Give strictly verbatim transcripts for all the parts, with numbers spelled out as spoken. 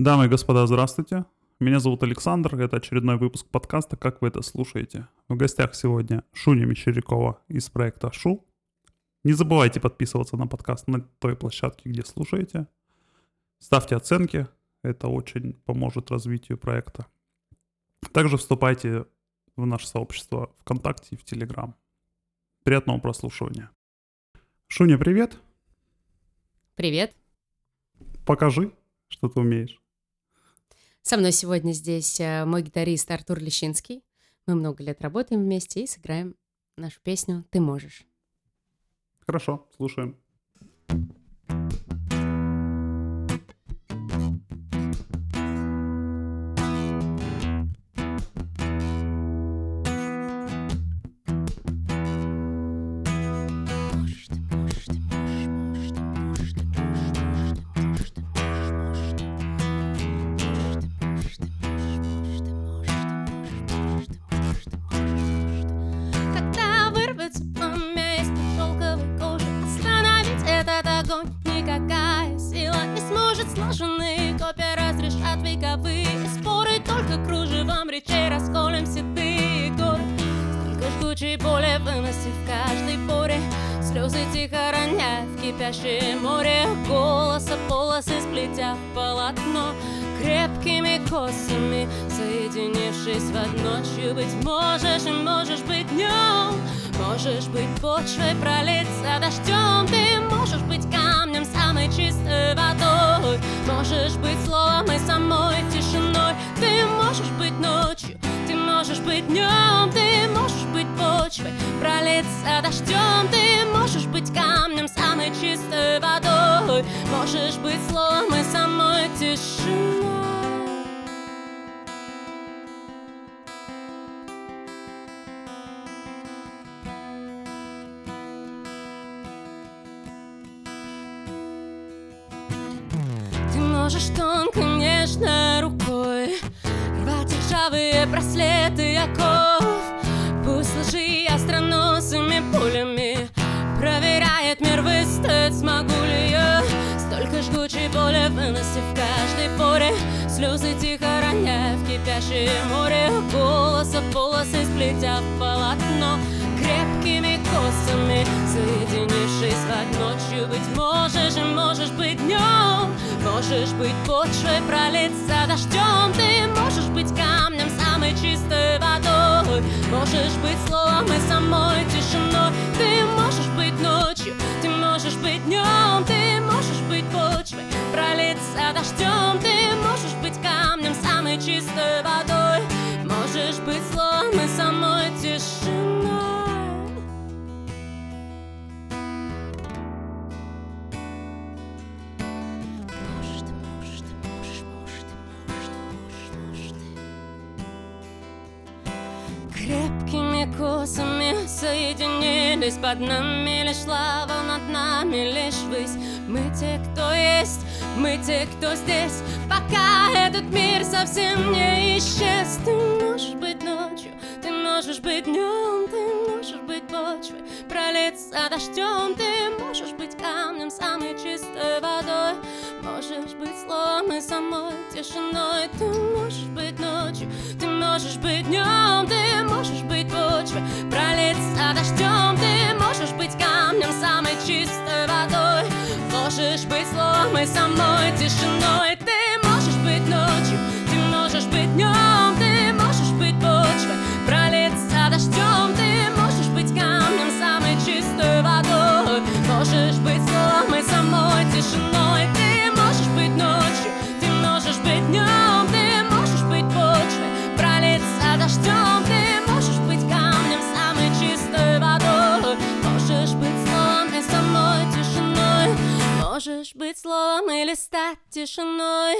Дамы и господа, здравствуйте. Меня зовут Александр, это очередной выпуск подкаста «Как вы это слушаете?». В гостях сегодня Шуня Мещерякова из проекта Шу. Не забывайте подписываться на подкаст на той площадке, где слушаете. Ставьте оценки, это очень поможет развитию проекта. Также вступайте в наше сообщество ВКонтакте и в Телеграм. Приятного прослушивания. Шуня, привет. Привет. Покажи, что ты умеешь. Со мной сегодня здесь э, мой гитарист Артур Лещинский. Мы много лет работаем вместе и сыграем нашу песню «Ты можешь». Хорошо, слушаем. Никакая сила не сможет сложенные копии разрешат вековые споры. Только кружевом речей расколем седые горы. Столько жгучей боли выноси в каждой поре. Слезы тихо роняя в кипящее море. Голоса полосы сплетя в полотно крепкими косами, соединившись в одно. Чью быть можешь и можешь быть днем. Можешь быть почвой, пролиться дождем. Ты можешь быть камнем, самой чистой водой. Можешь быть словом и самой тишиной. Ты можешь быть ночью, ты можешь быть днем. Ты можешь быть почвой, пролиться дождем. Ты можешь быть камнем, самой чистой водой. Можешь быть словом и самой тишиной. Можешь тонко, нежно рукой рвать ржавые браслеты оков. Пусть лжи остроносыми пулями проверяет мир выстоять, смогу ли я. Столько жгучей боли выноси в каждой поре. Слезы тихо роняя в кипящее море. Голоса полосы сплетя в полотно крепкими косами, соединившись в одно. Чью быть можешь и можешь быть днем. Можешь быть почвой, пролиться дождем. Ты можешь быть камнем, самой чистой водой. Можешь быть словом и самой тишиной. Ты можешь быть ночью, ты можешь быть днем. Ты можешь быть почвой, пролиться дождем. Ты можешь быть камнем, самой чистой водой. Можешь быть словом и самой тишиной. Крепкими косами соединились. Под нами лишь лава, над нами лишь высь. Мы те, кто есть, мы те, кто здесь, пока этот мир совсем не исчез. Ты можешь быть ночью, ты можешь быть днем. Ты можешь быть почвой, пролиться дождем. Ты можешь быть камнем, самой чистой водой. Можешь быть словом и самой тишиной. Ты можешь быть ночью, ты можешь быть днем. Ты можешь быть почвой, пролиться дождем. Ты можешь быть камнем, самой чистой водой. Можешь быть словом и самой тишиной. Ты можешь быть ночью, ты можешь быть днем. Ты можешь быть почвой, пролиться дождем. Ты можешь быть камнем, самой чистой водой. Можешь быть словом и самой тишиной. Ты можешь быть ночью, ты можешь быть днем. Ты можешь быть почвой, пролиться дождем. Ты можешь быть камнем, самой чистой водой. Можешь быть словом и самой тишиной. Можешь быть словом или стать тишиной.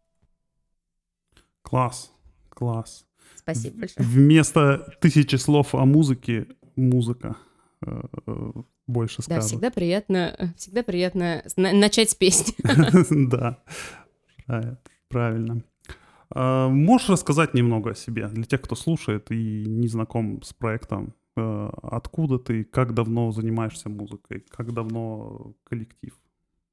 Класс, класс. Спасибо большое. Вместо тысячи слов о музыке, музыка э, э, больше сказано. Да, всегда приятно, всегда приятно на- начать с песни. Да, правильно. А, можешь рассказать немного о себе для тех, кто слушает и не знаком с проектом? Откуда ты, как давно занимаешься музыкой, как давно коллектив?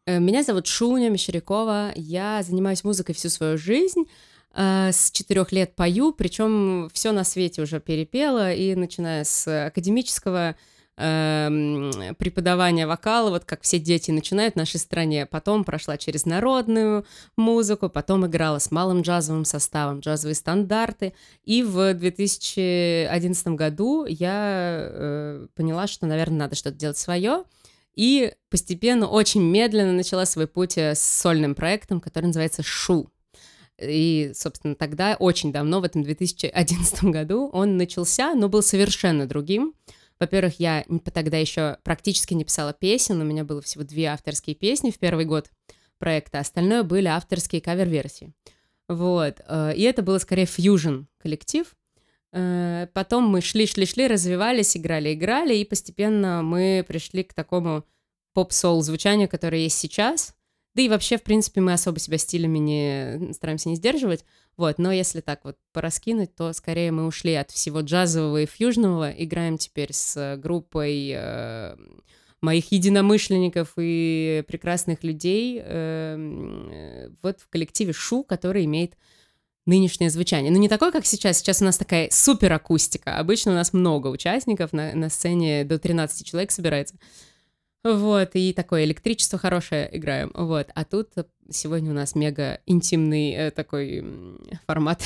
Э, Меня зовут Шуня Мещерякова. Я занимаюсь музыкой всю свою жизнь. Э, С четырех лет пою, причем все на свете уже перепела, и начиная с академического эм, преподавания вокала, вот как все дети начинают в нашей стране, потом прошла через народную музыку, потом играла с малым джазовым составом, джазовые стандарты, и в две тысячи одиннадцатом году я э, поняла, что, наверное, надо что-то делать свое, и постепенно, очень медленно начала свой путь э, с сольным проектом, который называется «Шу». И, собственно, тогда, очень давно, в этом две тысячи одиннадцатом году, он начался, но был совершенно другим. Во-первых, я н- тогда еще практически не писала песен, у меня было всего две авторские песни в первый год проекта, остальное были авторские кавер-версии. Вот. э, И это было скорее фьюжн-коллектив. Э, Потом мы шли-шли-шли, развивались, играли-играли, и постепенно мы пришли к такому поп-соул звучанию, которое есть сейчас. Да и вообще, в принципе, мы особо себя стилями не стараемся не сдерживать. Вот, но если так вот пораскинуть, то скорее мы ушли от всего джазового и фьюжнового, играем теперь с э, группой э, моих единомышленников и прекрасных людей э, э, вот в коллективе Шу, который имеет нынешнее звучание. Ну, не такое, как сейчас. Сейчас у нас такая супер акустика. Обычно у нас много участников, на, на сцене до тринадцати человек собирается. Вот, и такое электричество хорошее играем. Вот, а тут сегодня у нас мега интимный э, такой м, формат.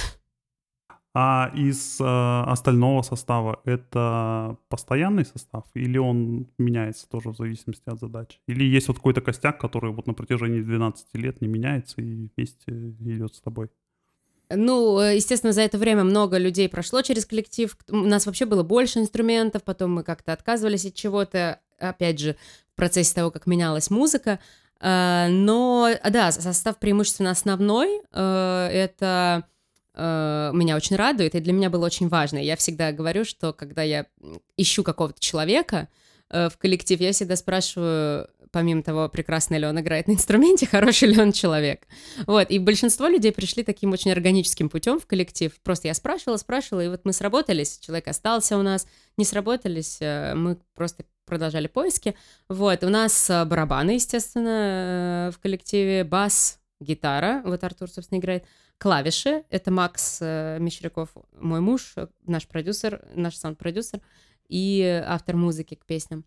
А из э, остального состава это постоянный состав или он меняется тоже в зависимости от задач? Или есть вот какой-то костяк, который вот на протяжении двенадцати лет не меняется и вместе идет с тобой? Ну, э, естественно, за это время много людей прошло через коллектив. У нас вообще было больше инструментов, потом мы как-то отказывались от чего-то, опять же, в процессе того, как менялась музыка. А, Но, а, да, состав преимущественно основной. э, Это э, меня очень радует, и для меня было очень важно. Я всегда говорю, что когда я м, ищу какого-то человека э, в коллектив, я всегда спрашиваю, помимо того, прекрасно ли он играет на инструменте, хороший ли он человек. Вот, и большинство людей пришли таким очень органическим путем в коллектив. Просто я спрашивала, спрашивала, и вот мы сработались, человек остался у нас, не сработались, э, мы просто продолжали поиски. Вот, у нас э, барабаны, естественно, э, в коллективе, бас, гитара, вот Артур, собственно, играет, клавиши, это Макс э, Мещеряков, мой муж, э, наш продюсер, наш саунд-продюсер и автор музыки к песням.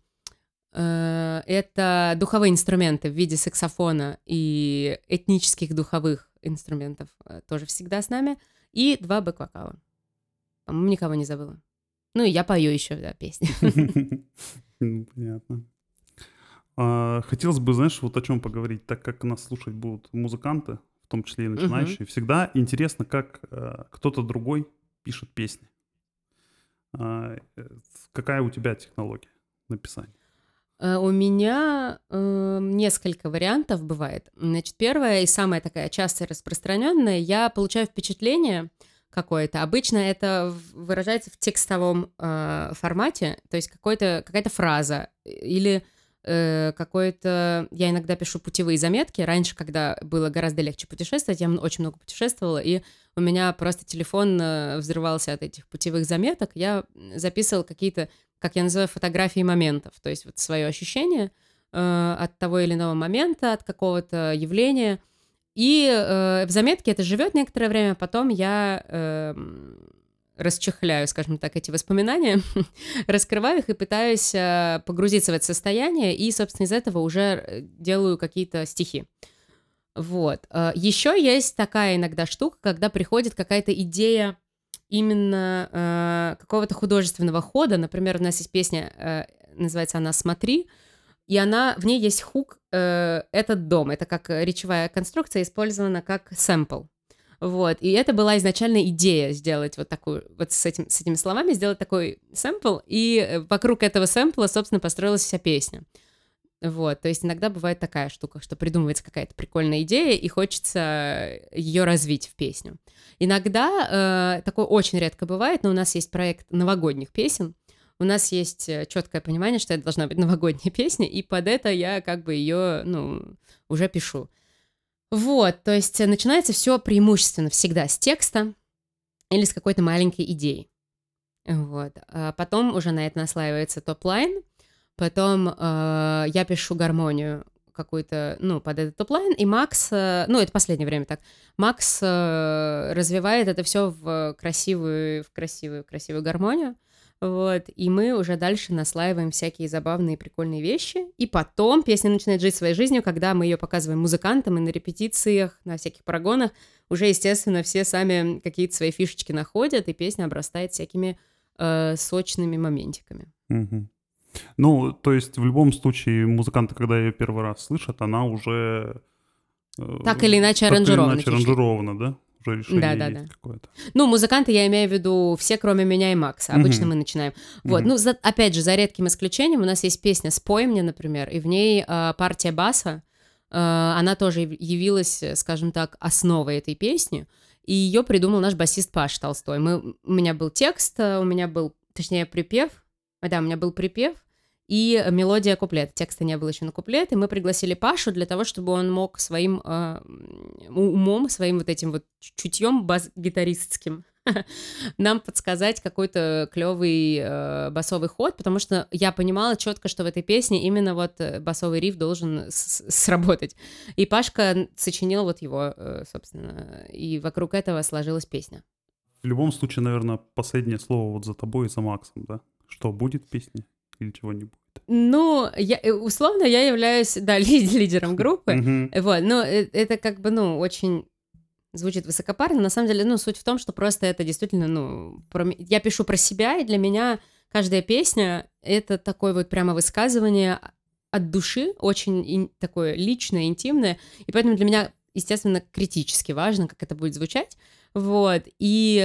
Э, Это духовые инструменты в виде саксофона и этнических духовых инструментов э, тоже всегда с нами. И два бэк-вокала. По-моему, никого не забыла. Ну, и я пою еще, да, песни. Ну, понятно. А, Хотелось бы, знаешь, вот о чем поговорить, так как нас слушать будут музыканты, в том числе и начинающие. Всегда интересно, как э, кто-то другой пишет песни. А, э, Какая у тебя технология написания? Э, У меня э, несколько вариантов бывает. Значит, первая и самая такая частая распространенная, я получаю впечатление какое-то. Обычно это в- выражается в текстовом э, формате, то есть какой-то, какая-то фраза или э, какой-то... Я иногда пишу путевые заметки. Раньше, когда было гораздо легче путешествовать, я м- очень много путешествовала, и у меня просто телефон э, взрывался от этих путевых заметок. Я записывала какие-то, как я называю, фотографии моментов, то есть вот свое ощущение э, от того или иного момента, от какого-то явления. И э, в заметке это живет некоторое время, потом я эм, расчехляю, скажем так, эти воспоминания, раскрываю их и пытаюсь э, погрузиться в это состояние, и, собственно, из этого уже э, делаю какие-то стихи. Вот. Э, Еще есть такая иногда штука, когда приходит какая-то идея именно э, какого-то художественного хода. Например, у нас есть песня, э, называется она «Смотри», и она, в ней есть хук э, «Этот дом». Это как речевая конструкция, использована как сэмпл. Вот. И это была изначально идея сделать вот такую, вот с, этим, с этими словами, сделать такой сэмпл, и э, вокруг этого сэмпла, собственно, построилась вся песня. Вот, то есть иногда бывает такая штука, что придумывается какая-то прикольная идея, и хочется ее развить в песню. Иногда, э, такое очень редко бывает, но у нас есть проект новогодних песен, у нас есть четкое понимание, что это должна быть новогодняя песня, и под это я как бы ее, ну, уже пишу. Вот, то есть начинается все преимущественно всегда с текста или с какой-то маленькой идеи. Вот, а потом уже на это наслаивается топ-лайн. Потом э, я пишу гармонию какую-то, ну, под этот топ-лайн, и Макс, э, ну, это последнее время так, Макс э, развивает это все в красивую, в красивую, красивую гармонию, вот, и мы уже дальше наслаиваем всякие забавные, прикольные вещи, и потом песня начинает жить своей жизнью, когда мы ее показываем музыкантам и на репетициях, на всяких парагонах, уже, естественно, все сами какие-то свои фишечки находят, и песня обрастает всякими э, сочными моментиками. Мгм. Ну, то есть в любом случае музыканты, когда ее первый раз слышат, она уже... э, Так или иначе так или аранжирована иначе чуть-чуть. аранжирована, да? Уже решение Да-да-да. есть какое-то. Ну, музыканты, я имею в виду все, кроме меня и Макса. Обычно Мгм. мы начинаем. Вот, Мгм. ну, за- опять же, за редким исключением, у нас есть песня «Спой мне», например, и в ней э, партия баса, э, она тоже яв- явилась, э, скажем так, основой этой песни, и ее придумал наш басист Паш Толстой. Мы, у меня был текст, э, у меня был, точнее, припев, а, да, у меня был припев, и мелодия куплет. Текста не было еще на куплет, и мы пригласили Пашу для того, чтобы он мог своим э, умом, своим вот этим вот чутьем бас-гитаристским нам подсказать какой-то клевый э, басовый ход, потому что я понимала четко, что в этой песне именно вот э, басовый риф должен с- сработать. И Пашка сочинил вот его, э, собственно, и вокруг этого сложилась песня. В любом случае, наверное, последнее слово вот за тобой и за Максом, да? Что, будет песня или чего не будет? Ну, я, э, условно, я являюсь, да, ли- лидером группы, Мгм. вот, но э- это как бы, ну, очень звучит высокопарно. На самом деле, ну, суть в том, что просто это действительно, ну, про м- я пишу про себя, и для меня каждая песня — это такое вот прямо высказывание от души, очень ин- такое личное, интимное, и поэтому для меня, естественно, критически важно, как это будет звучать. Вот, и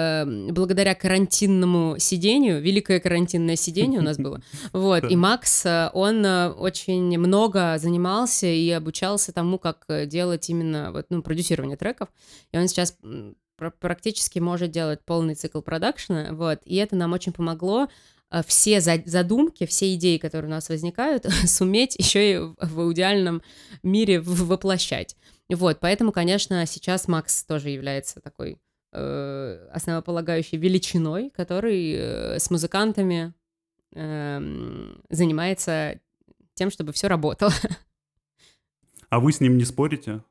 э, благодаря карантинному сидению, великое карантинное сидение у нас было, вот, и Да. Макс, э, он э, очень много занимался и обучался тому, как э, делать именно вот, ну, продюсирование треков, и он сейчас м, пр- практически может делать полный цикл продакшена, вот, и это нам очень помогло э, все за- задумки, все идеи, которые у нас возникают, суметь еще и в в идеальном мире в- воплощать. Вот, поэтому, конечно, сейчас Макс тоже является такой э, основополагающей величиной, который э, с музыкантами эм, занимается тем, чтобы все работало. А вы с ним не спорите?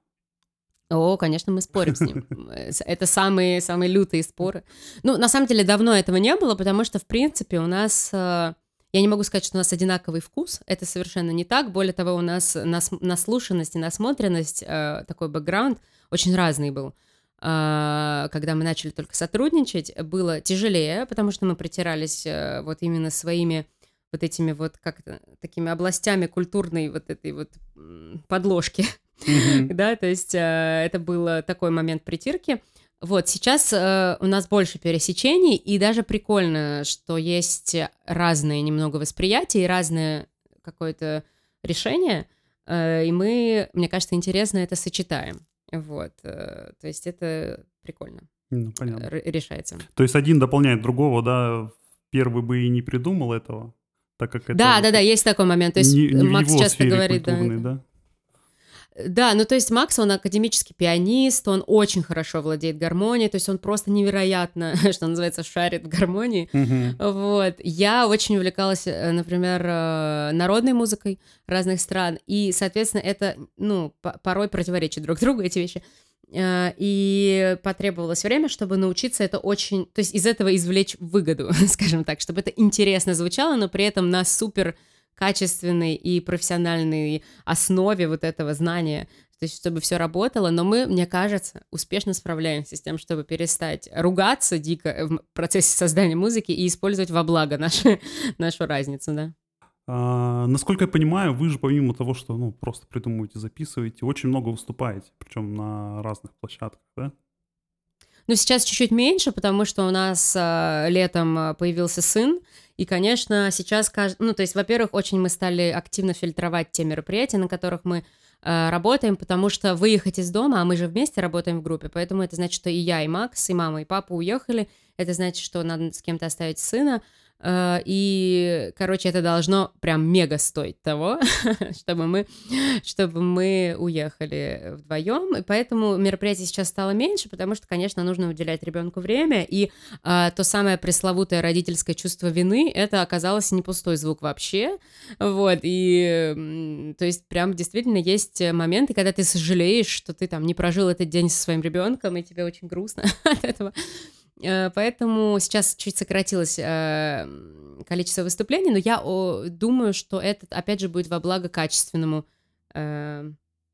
О, конечно, мы спорим с ним. Э, с- Это самые, самые лютые споры. Ну, на самом деле, давно этого не было, потому что, в принципе, у нас... э, Я не могу сказать, что у нас одинаковый вкус. Это совершенно не так. Более того, у нас нас- наслушанность и насмотренность, э, такой бэкграунд очень разный был. А, Когда мы начали только сотрудничать, было тяжелее, потому что мы притирались э, вот именно своими вот этими вот как-то такими областями культурной вот этой вот м, подложки. Мгм. Да, то есть э, это был такой момент притирки. Вот, сейчас э, у нас больше пересечений, и даже прикольно, что есть разные немного восприятия и разное какое-то решение, э, и мы, мне кажется, интересно это сочетаем. Вот, э, то есть это прикольно Ну, э, понятно. р- решается. То есть один дополняет другого, да? Первый бы и не придумал этого, так как это Да, вот да, да, есть такой момент. То есть не, не в Макс его часто сфере говорит, да, культурной, это- да? Да, ну то есть Макс, он академический пианист, он очень хорошо владеет гармонией, то есть он просто невероятно, что называется, шарит в гармонии. Мгм. Вот. Я очень увлекалась, э, например, э, народной музыкой разных стран, и, соответственно, это, ну, по- порой противоречат друг другу, эти вещи. Э, И потребовалось время, чтобы научиться это очень... То есть из этого извлечь выгоду, скажем так, чтобы это интересно звучало, но при этом на супер качественной и профессиональной основе вот этого знания, то есть чтобы все работало, но мы, мне кажется, успешно справляемся с тем, чтобы перестать ругаться дико в процессе создания музыки и использовать во благо нашу, нашу разницу, да. А, насколько я понимаю, вы же помимо того, что ну, просто придумываете, записываете, очень много выступаете, причем на разных площадках, да? Ну, сейчас чуть-чуть меньше, потому что у нас а, летом а, появился сын, и, конечно, сейчас, кажд- ну, то есть, во-первых, очень мы стали активно фильтровать те мероприятия, на которых мы а, работаем, потому что выехать из дома, а мы же вместе работаем в группе, поэтому это значит, что и я, и Макс, и мама, и папа уехали, это значит, что надо с кем-то оставить сына, Э, И, короче, это должно прям мега стоить того, чтобы мы, чтобы мы уехали вдвоем. И поэтому мероприятий сейчас стало меньше, потому что, конечно, нужно уделять ребенку время. И а, то самое пресловутое родительское чувство вины, это оказалось не пустой звук вообще. Вот, и м, то есть прям действительно есть моменты, когда ты сожалеешь, что ты там не прожил этот день со своим ребенком, и тебе очень грустно от этого. Э, Поэтому сейчас чуть сократилось э, количество выступлений, но я о, думаю, что это, опять же, будет во благо качественному э,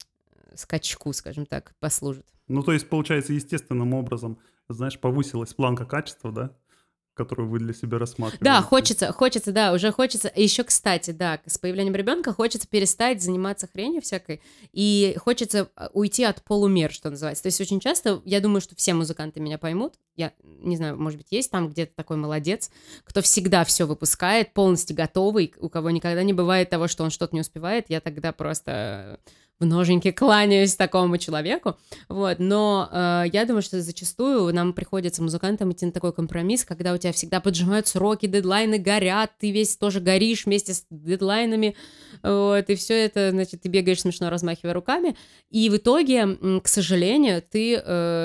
скачку, скажем так, послужит. Ну, то есть, получается, естественным образом, знаешь, повысилась планка качества, да, которую вы для себя рассматриваете. Да, хочется, хочется, да, уже хочется. Еще, кстати, да, с появлением ребенка хочется перестать заниматься хренью всякой, и хочется а, уйти от полумер, что называется. То есть очень часто, я думаю, что все музыканты меня поймут. Я не знаю, может быть, есть там где-то такой молодец, кто всегда все выпускает, полностью готовый, у кого никогда не бывает того, что он что-то не успевает. Я тогда просто в ноженьки кланяюсь такому человеку. Вот, но э, я думаю, что зачастую нам приходится музыкантам идти на такой компромисс, когда у тебя всегда поджимают сроки, дедлайны горят, ты весь тоже горишь вместе с дедлайнами, вот, и все это, значит, ты бегаешь смешно, размахивая руками, и в итоге, м, к сожалению, ты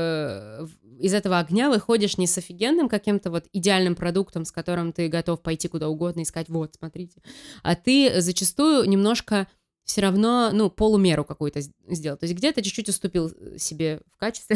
э, в- из этого огня выходишь не с офигенным каким-то вот идеальным продуктом, с которым ты готов пойти куда угодно и сказать, вот, смотрите, а ты зачастую немножко все равно, ну, полумеру какую-то с- сделал. То есть где-то чуть-чуть уступил себе в качестве,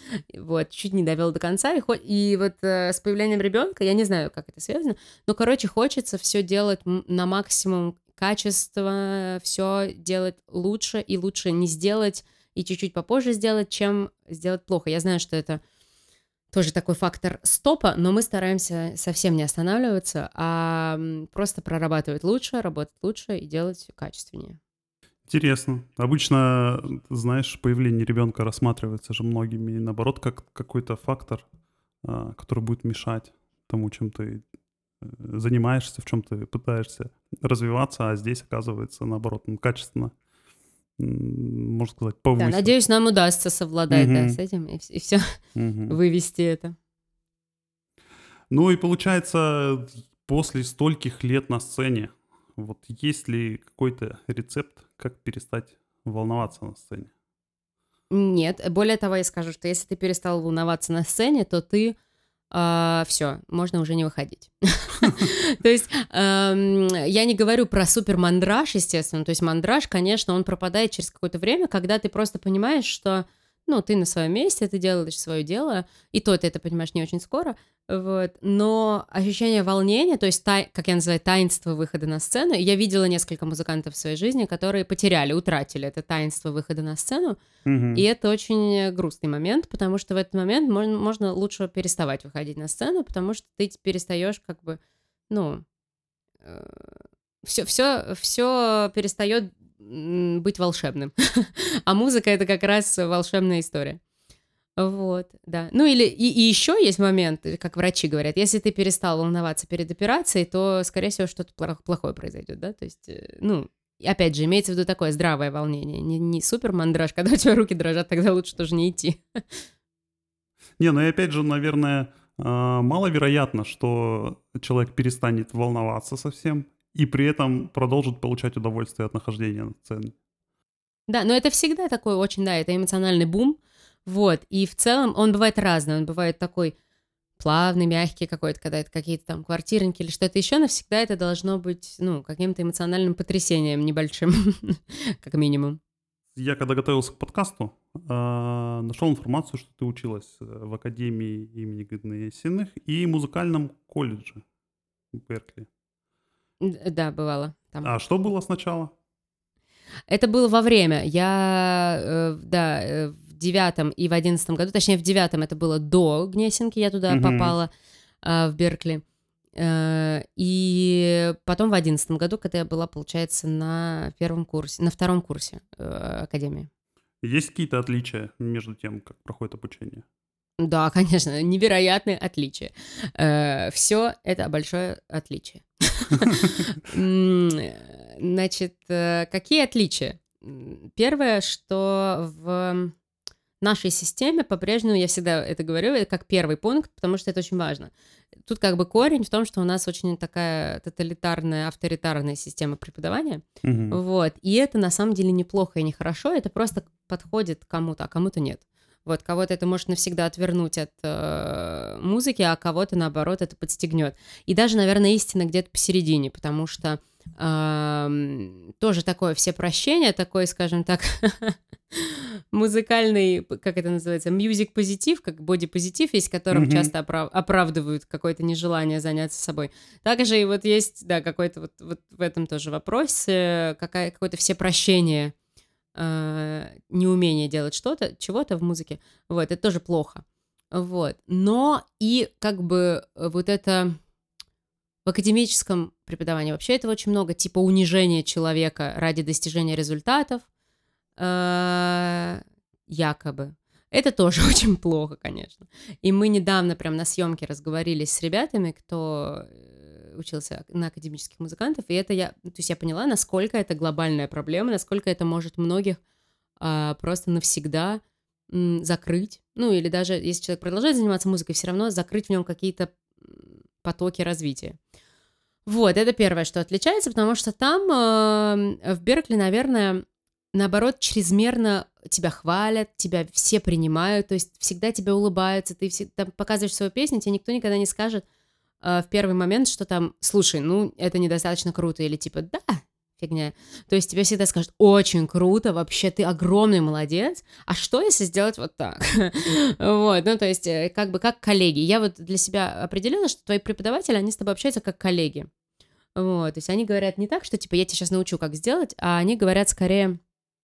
вот, чуть не довел до конца. И, хо- и вот э, с появлением ребенка, я не знаю, как это связано, но, короче, хочется все делать м- на максимум качества, все делать лучше, и лучше не сделать, и чуть-чуть попозже сделать, чем сделать плохо. Я знаю, что это тоже такой фактор стопа, но мы стараемся совсем не останавливаться, а м, просто прорабатывать лучше, работать лучше и делать качественнее. Интересно. Обычно, знаешь, появление ребенка рассматривается же многими, наоборот, как какой-то фактор, а, который будет мешать тому, чем ты э, занимаешься, в чем ты пытаешься развиваться, а здесь, оказывается, наоборот, он качественно, м, можно сказать, Да, повысил. надеюсь, нам удастся совладать, да, Мгм, с этим и, все мгм. вывести это. Ну и получается, после стольких лет на сцене, вот есть ли какой-то рецепт, как перестать волноваться на сцене? Нет, более того, я скажу, что если ты перестал волноваться на сцене, то ты все, можно уже не выходить. То есть эм, я не говорю про супер мандраж, естественно. То есть мандраж, конечно, он пропадает через какое-то время, когда ты просто понимаешь, что ну, ты на своем месте, ты делаешь свое дело, и то ты это понимаешь не очень скоро, вот. Но ощущение волнения, то есть, тай- как я называю, таинство выхода на сцену, и я видела несколько музыкантов в своей жизни, которые потеряли, утратили это таинство выхода на сцену, и Мгм. это очень грустный момент, потому что в этот момент можно, можно лучше переставать выходить на сцену, потому что ты перестаешь как бы, ну, все, все, все перестает м, быть волшебным. А музыка — это как раз волшебная история. Вот, да. Ну или и, и еще есть момент, э, как врачи говорят, если ты перестал волноваться перед операцией, то, скорее всего, что-то плох- плохое произойдет, да, то есть, э, ну, и опять же, имеется в виду такое здравое волнение, не, не супер мандраж, когда у тебя руки дрожат, тогда лучше тоже не идти. Не, ну и опять же, наверное, а, маловероятно, что человек перестанет волноваться совсем и при этом продолжит получать удовольствие от нахождения на сцене. Да, но это всегда такой очень, да, это эмоциональный бум, вот, и в целом он бывает разный, он бывает такой плавный, мягкий какой-то, когда это какие-то там квартирники или что-то еще, но всегда это должно быть, ну, каким-то эмоциональным потрясением небольшим, как минимум. Я когда готовился к подкасту, а, нашел информацию, что ты училась э, в Академии имени Гнесиных и музыкальном колледже в Беркли. Д- Да, бывало там. А что было сначала? Это было во время. Я, э, да, э, в девятом и в одиннадцатом году, точнее, в девятом это было до Гнесинки, я туда Мгм. попала, а, в Беркли. Э, И потом в одиннадцатом году, когда я была, получается, на первом курсе, на втором курсе э, академии. Есть какие-то отличия между тем, как проходит обучение? Да, конечно, невероятные отличия. Все это большое отличие. М, э, Значит, э, какие отличия? М, Первое, что в нашей системе по-прежнему, я всегда это говорю, это как первый пункт, потому что это очень важно. тут как бы корень в том, что у нас очень такая тоталитарная, авторитарная система преподавания. Мгм. Вот. И это на самом деле неплохо и нехорошо, это просто подходит кому-то, а кому-то нет. Вот, кого-то это может навсегда отвернуть от э, музыки, а кого-то, наоборот, это подстегнет. И даже, наверное, истина где-то посередине, потому что эм, тоже такое всепрощение, такой, скажем так, музыкальный, как это называется, мьюзик-позитив, как боди-позитив есть, которым Мгм. часто оправ- оправдывают какое-то нежелание заняться собой. Также и вот есть, да, какой-то вот, вот в этом тоже вопросе какая- какое-то всепрощение, э, неумение делать что-то, чего-то в музыке. Вот, это тоже плохо. Вот. Но и как бы э, вот это в академическом преподавании вообще этого очень много, типа унижения человека ради достижения результатов, э, якобы. Это тоже очень плохо, конечно. И мы недавно прям на съемке разговорились с ребятами, кто э, учился на академических музыкантов, и это я, то есть я поняла, насколько это глобальная проблема, насколько это может многих а, просто навсегда м, закрыть. Ну, или даже если человек продолжает заниматься музыкой, все равно закрыть в нем какие-то м, потоки развития. Вот, это первое, что отличается, потому что там, э, в Беркли, наверное, наоборот, чрезмерно тебя хвалят, тебя все принимают, то есть всегда тебе улыбаются, ты всегда показываешь свою песню, тебе никто никогда не скажет э, в первый момент, что там, слушай, ну, это недостаточно круто, или типа, да, фигня. То есть тебе всегда скажут, очень круто, вообще ты огромный молодец, а что если сделать вот так? Вот, ну, то есть э, как бы как коллеги. Я вот для себя определила, что твои преподаватели, они с тобой общаются как коллеги. Вот, то есть они говорят не так, что типа я тебя сейчас научу, как сделать, а они говорят скорее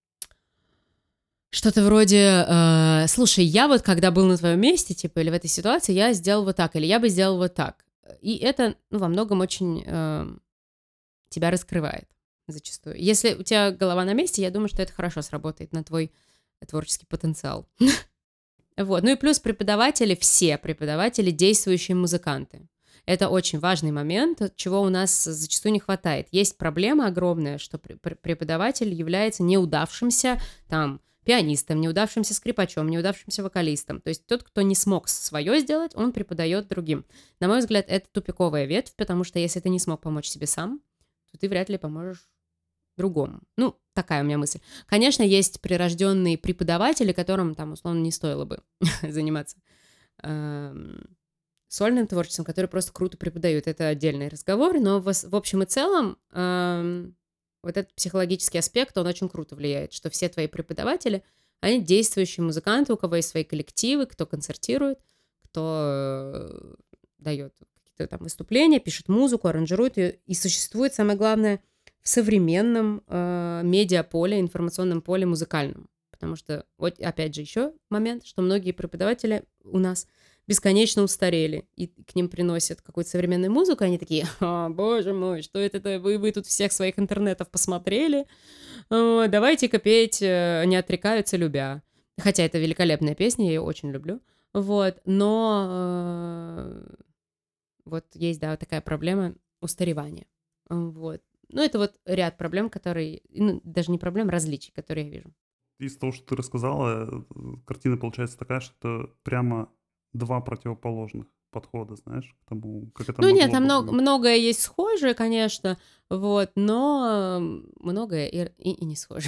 что-то вроде, э, слушай, я вот когда был на твоем месте, типа, или в этой ситуации, я сделал вот так, или я бы сделал вот так. И это, ну, во многом очень э, тебя раскрывает зачастую. Если у тебя голова на месте, я думаю, что это хорошо сработает на твой творческий потенциал. Вот. Ну и плюс преподаватели, все преподаватели, действующие музыканты. Это очень важный момент, чего у нас зачастую не хватает. Есть проблема огромная, что преподаватель является неудавшимся там пианистом, неудавшимся скрипачом, неудавшимся вокалистом. То есть тот, кто не смог свое сделать, он преподает другим. На мой взгляд, это тупиковая ветвь, потому что если ты не смог помочь себе сам, то ты вряд ли поможешь другому. Ну, такая у меня мысль. Конечно, есть прирожденные преподаватели, которым там, условно, не стоило бы заниматься эм, сольным творчеством, которые просто круто преподают. Это отдельный разговор, но в, в общем и целом эм, вот этот психологический аспект, он очень круто влияет, что все твои преподаватели, они действующие музыканты, у кого есть свои коллективы, кто концертирует, кто э, дает какие-то там выступления, пишет музыку, аранжирует ее, и существует, самое главное, в современном э, медиаполе, информационном поле музыкальном. Потому что, вот опять же, еще момент, что многие преподаватели у нас бесконечно устарели, и к ним приносят какую-то современную музыку, и они такие, о, боже мой, что это вы, вы тут всех своих интернетов посмотрели, о, давайте-ка петь «Не отрекаются, любя». Хотя это великолепная песня, я ее очень люблю. Вот, но э, вот есть, да, такая проблема устаревания. Вот. Ну, это вот ряд проблем, которые, ну, даже не проблем, различий, которые я вижу. Из того, что ты рассказала, э, картина получается такая, что это прямо два противоположных подхода, знаешь, к тому, как это Ну, могло нет, там бы много, быть. многое есть схожее, конечно, вот, но многое и, и, и не схожее.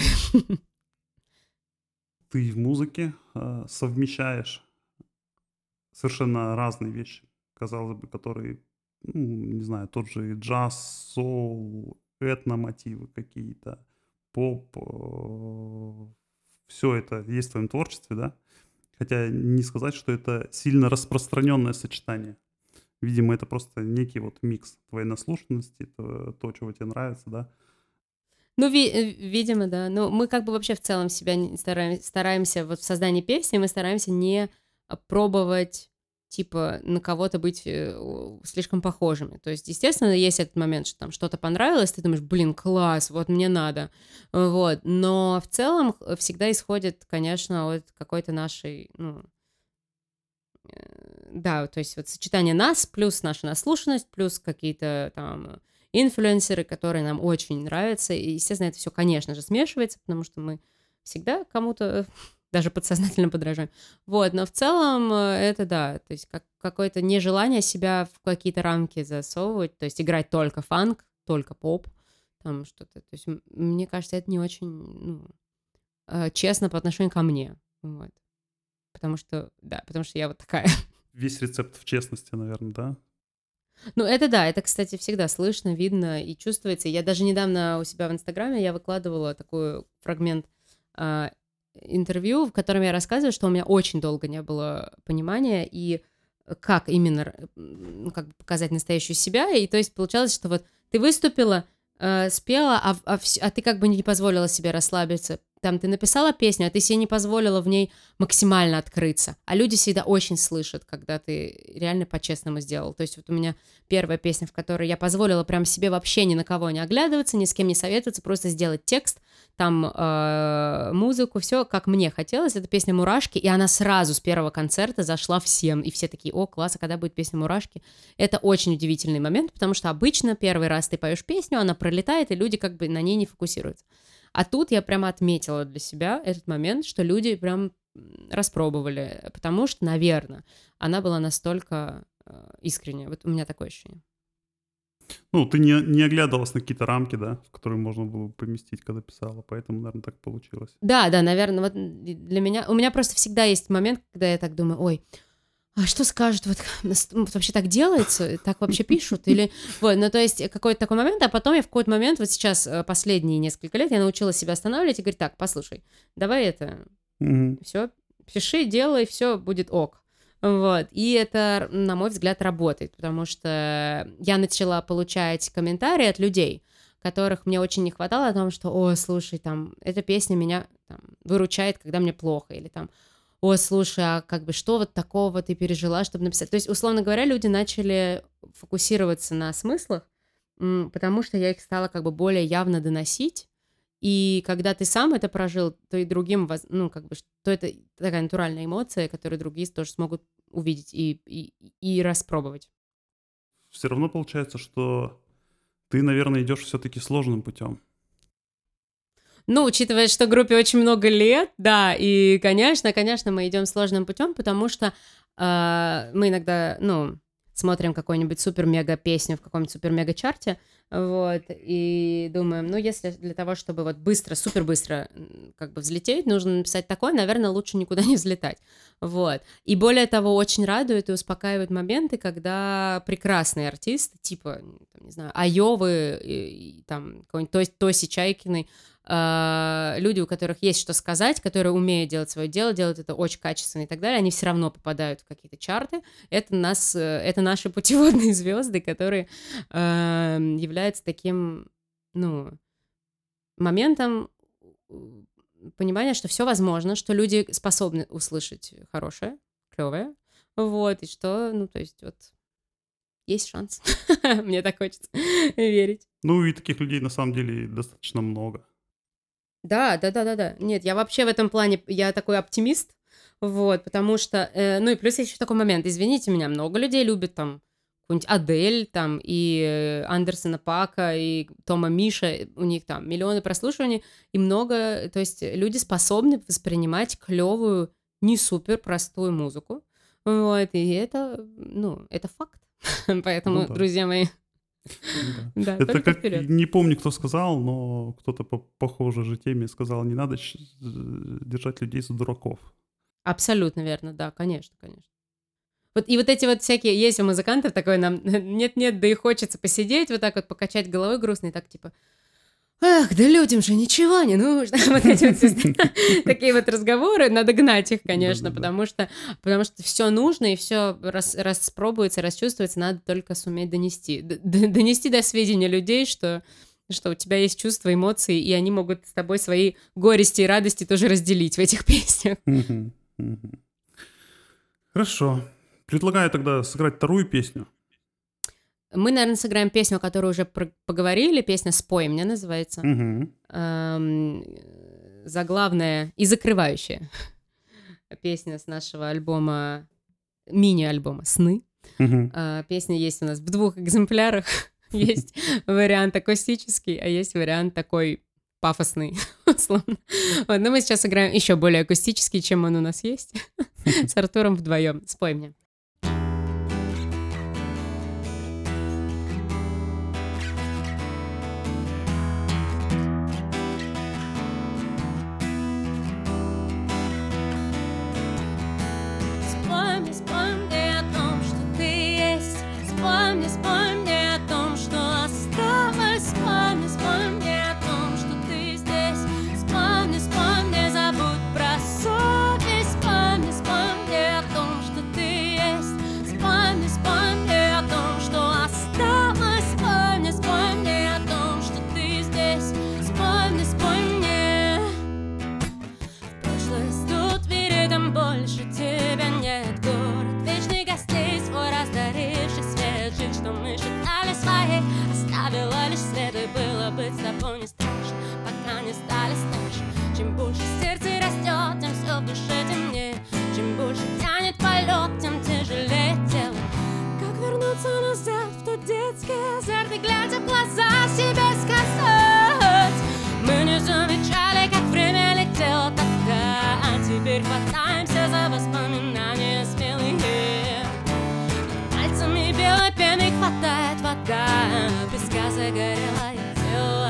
Ты в музыке э, совмещаешь совершенно разные вещи, казалось бы, которые, ну, не знаю, тот же джаз, соул, этно-мотивы какие-то, поп, все это есть в твоем творчестве, да? Хотя не сказать, что это сильно распространенное сочетание. Видимо, это просто некий вот микс твоей наслушанности, то, то чего тебе нравится, да? Ну, ви- э, видимо, да. Ну, мы как бы вообще в целом себя не стараем, стараемся, вот в создании песни мы стараемся не а, пробовать, типа, на кого-то быть э, о, слишком похожими. То есть, естественно, есть этот момент, что там что-то понравилось, ты думаешь, блин, класс, вот мне надо. Вот. Но в целом х- всегда исходит, конечно, от какой-то нашей, ну, э, да, то есть вот сочетание нас, плюс наша наслушанность, плюс какие-то там инфлюенсеры, которые нам очень нравятся. И, естественно, это все, конечно же, смешивается, потому что мы всегда кому-то даже подсознательно подражаем. Вот, но в целом э, это да, то есть как, какое-то нежелание себя в какие-то рамки засовывать, то есть играть только фанк, только поп, там что-то. То есть м- мне кажется, это не очень ну, э, честно по отношению ко мне. Вот. Потому что, да, потому что я вот такая. Весь рецепт в честности, наверное, да? Ну, это да, это, кстати, всегда слышно, видно и чувствуется. Я даже недавно у себя в Инстаграме я выкладывала такой фрагмент а, интервью, в котором я рассказываю, что у меня очень долго не было понимания и как именно м, ну, как бы показать настоящую себя. И то есть получалось, что вот ты выступила, э, спела, а, а, вс- а ты как бы не позволила себе расслабиться. Там ты написала песню, а ты себе не позволила в ней максимально открыться. А люди всегда очень слышат, когда ты реально по-честному сделал. То есть вот у меня первая песня, в которой я позволила прям себе вообще ни на кого не оглядываться, ни с кем не советоваться, просто сделать текст, там э, музыку, все как мне хотелось. Это песня «Мурашки», и она сразу с первого концерта зашла всем. И все такие: о, класс, а когда будет песня «Мурашки»? Это очень удивительный момент, потому что обычно первый раз ты поешь песню, она пролетает, и люди как бы на ней не фокусируются. А тут я прямо отметила для себя этот момент, что люди прям м, распробовали, потому что, наверное, она была настолько э, искренняя. Вот у меня такое ощущение. Ну, ты не, не оглядывалась на какие-то рамки, да, в которые можно было поместить, когда писала, поэтому, наверное, так получилось. Да, да, наверное, вот для меня... У меня просто всегда есть момент, когда я так думаю: ой, а что скажут, вот, нас- ну, вот вообще так делается, так вообще пишут, или, вот, ну, то есть какой-то такой момент, а потом я в какой-то момент, вот сейчас, э, последние несколько лет, я научилась себя останавливать и говорить: так, послушай, давай это, Мгм. все, пиши, делай, все будет ок. Вот. И это, на мой взгляд, работает, потому что я начала получать комментарии от людей, которых мне очень не хватало, о том, что: о, слушай, там, эта песня меня там, выручает, когда мне плохо, или там: о, слушай, а как бы что вот такого ты пережила, чтобы написать? То есть, условно говоря, люди начали фокусироваться на смыслах, м, потому что я их стала как бы более явно доносить, и когда ты сам это прожил, то и другим, воз- ну, как бы, ш- то это такая натуральная эмоция, которую другие тоже смогут увидеть и, и, и распробовать. Все равно получается, что ты, наверное, идешь все-таки сложным путем. Ну, учитывая, что группе очень много лет, да, и, конечно, конечно, мы идем сложным путем, потому что э, мы иногда, ну, смотрим какую-нибудь супер-мега-песню в каком-нибудь супер-мега-чарте, вот, и думаем: ну, если для того, чтобы вот быстро, супер-быстро м, как бы взлететь, нужно написать такое, наверное, лучше никуда не взлетать, вот. И более того, очень радует и успокаивает моменты, когда прекрасные артисты, типа, там, не знаю, Айовы, и, и там, какой-нибудь Тос- Тоси Чайкиной, а, люди, у которых есть что сказать, которые умеют делать свое дело, делают это очень качественно и так далее, они все равно попадают в какие-то чарты. Это нас, э, это наши путеводные звезды, которые э, являются таким, ну, моментом у- понимания, что все возможно, что люди способны услышать хорошее, клевое, вот, и что, ну, то есть вот есть шанс. Мне так хочется верить. Ну и таких людей на самом деле достаточно много. Да, да-да-да-да. Нет, я вообще в этом плане, я такой оптимист, вот, потому что, э, ну и плюс есть еще такой момент, извините меня, много людей любят там какую-нибудь Адель, там, и э, Андерсона Пака, и Тома Миша, э, у них там миллионы прослушиваний, и много, то есть люди способны воспринимать клевую, не супер простую музыку, вот, и это, ну, это факт. Ну Поэтому, да, друзья мои, да. да, Это только как, вперед. не помню, кто сказал, но кто-то по похожей же теме сказал: не надо щ- э, держать людей за дураков. Абсолютно верно, да, конечно, конечно. Вот и вот эти вот всякие, есть у музыкантов такое, нам нет-нет, да и хочется посидеть, вот так вот покачать головой грустно, и так типа: ах, да людям же ничего не нужно. Вот эти вот все такие вот разговоры, надо гнать их, конечно, Да-да-да. потому что, потому что все нужно, и все распробуется, расчувствуется, надо только суметь донести. Д- д- Донести до сведения людей, что что у тебя есть чувства, эмоции, и они могут с тобой свои горести и радости тоже разделить в этих песнях. Мгм, мгм. Хорошо. Предлагаю тогда сыграть вторую песню. Мы, наверное, сыграем песню, о которой уже про- поговорили. Песня «Спой мне» называется. Мгм, Эм, э, Заглавная и закрывающая песня с нашего альбома, мини-альбома «Сны». мгм. А, Песня есть у нас в двух экземплярах. Есть вариант акустический, а есть вариант такой пафосный, условно. Вот, но мы сейчас играем еще более акустический, чем он у нас есть, с Артуром вдвоем. Спой мне. Вспомни, вспомни о том, что ты есть. Вспомни, вспомни о том, что осталось. Вспомни, вспомни о том, что ты здесь. Вспомни, вспомни, забудь про совесть. Вспомни, вспомни о том, что ты есть. Вспомни, вспомни о том, что осталось. Вспомни, вспомни о том, что ты здесь. Вспомни, вспомни. В прошлое ждут двери, там больше тебя нет. Город вечных гостей, свой раздаривший свет. Жизнь, что мы считали своей, оставила лишь след. И было быть с тобой не страшно, пока не стали старше. Чем больше сердце растет, тем все в душе темнее. Чем больше тянет полет, тем тяжелее тело. Как вернуться назад в тот детский азарт и, глядя в глаза, себе сказать: мы не замечали, как время летело тогда, а теперь хватаемся за воспоминания смелые. Пальцами белой пены хватает вода, песка загорелое тело.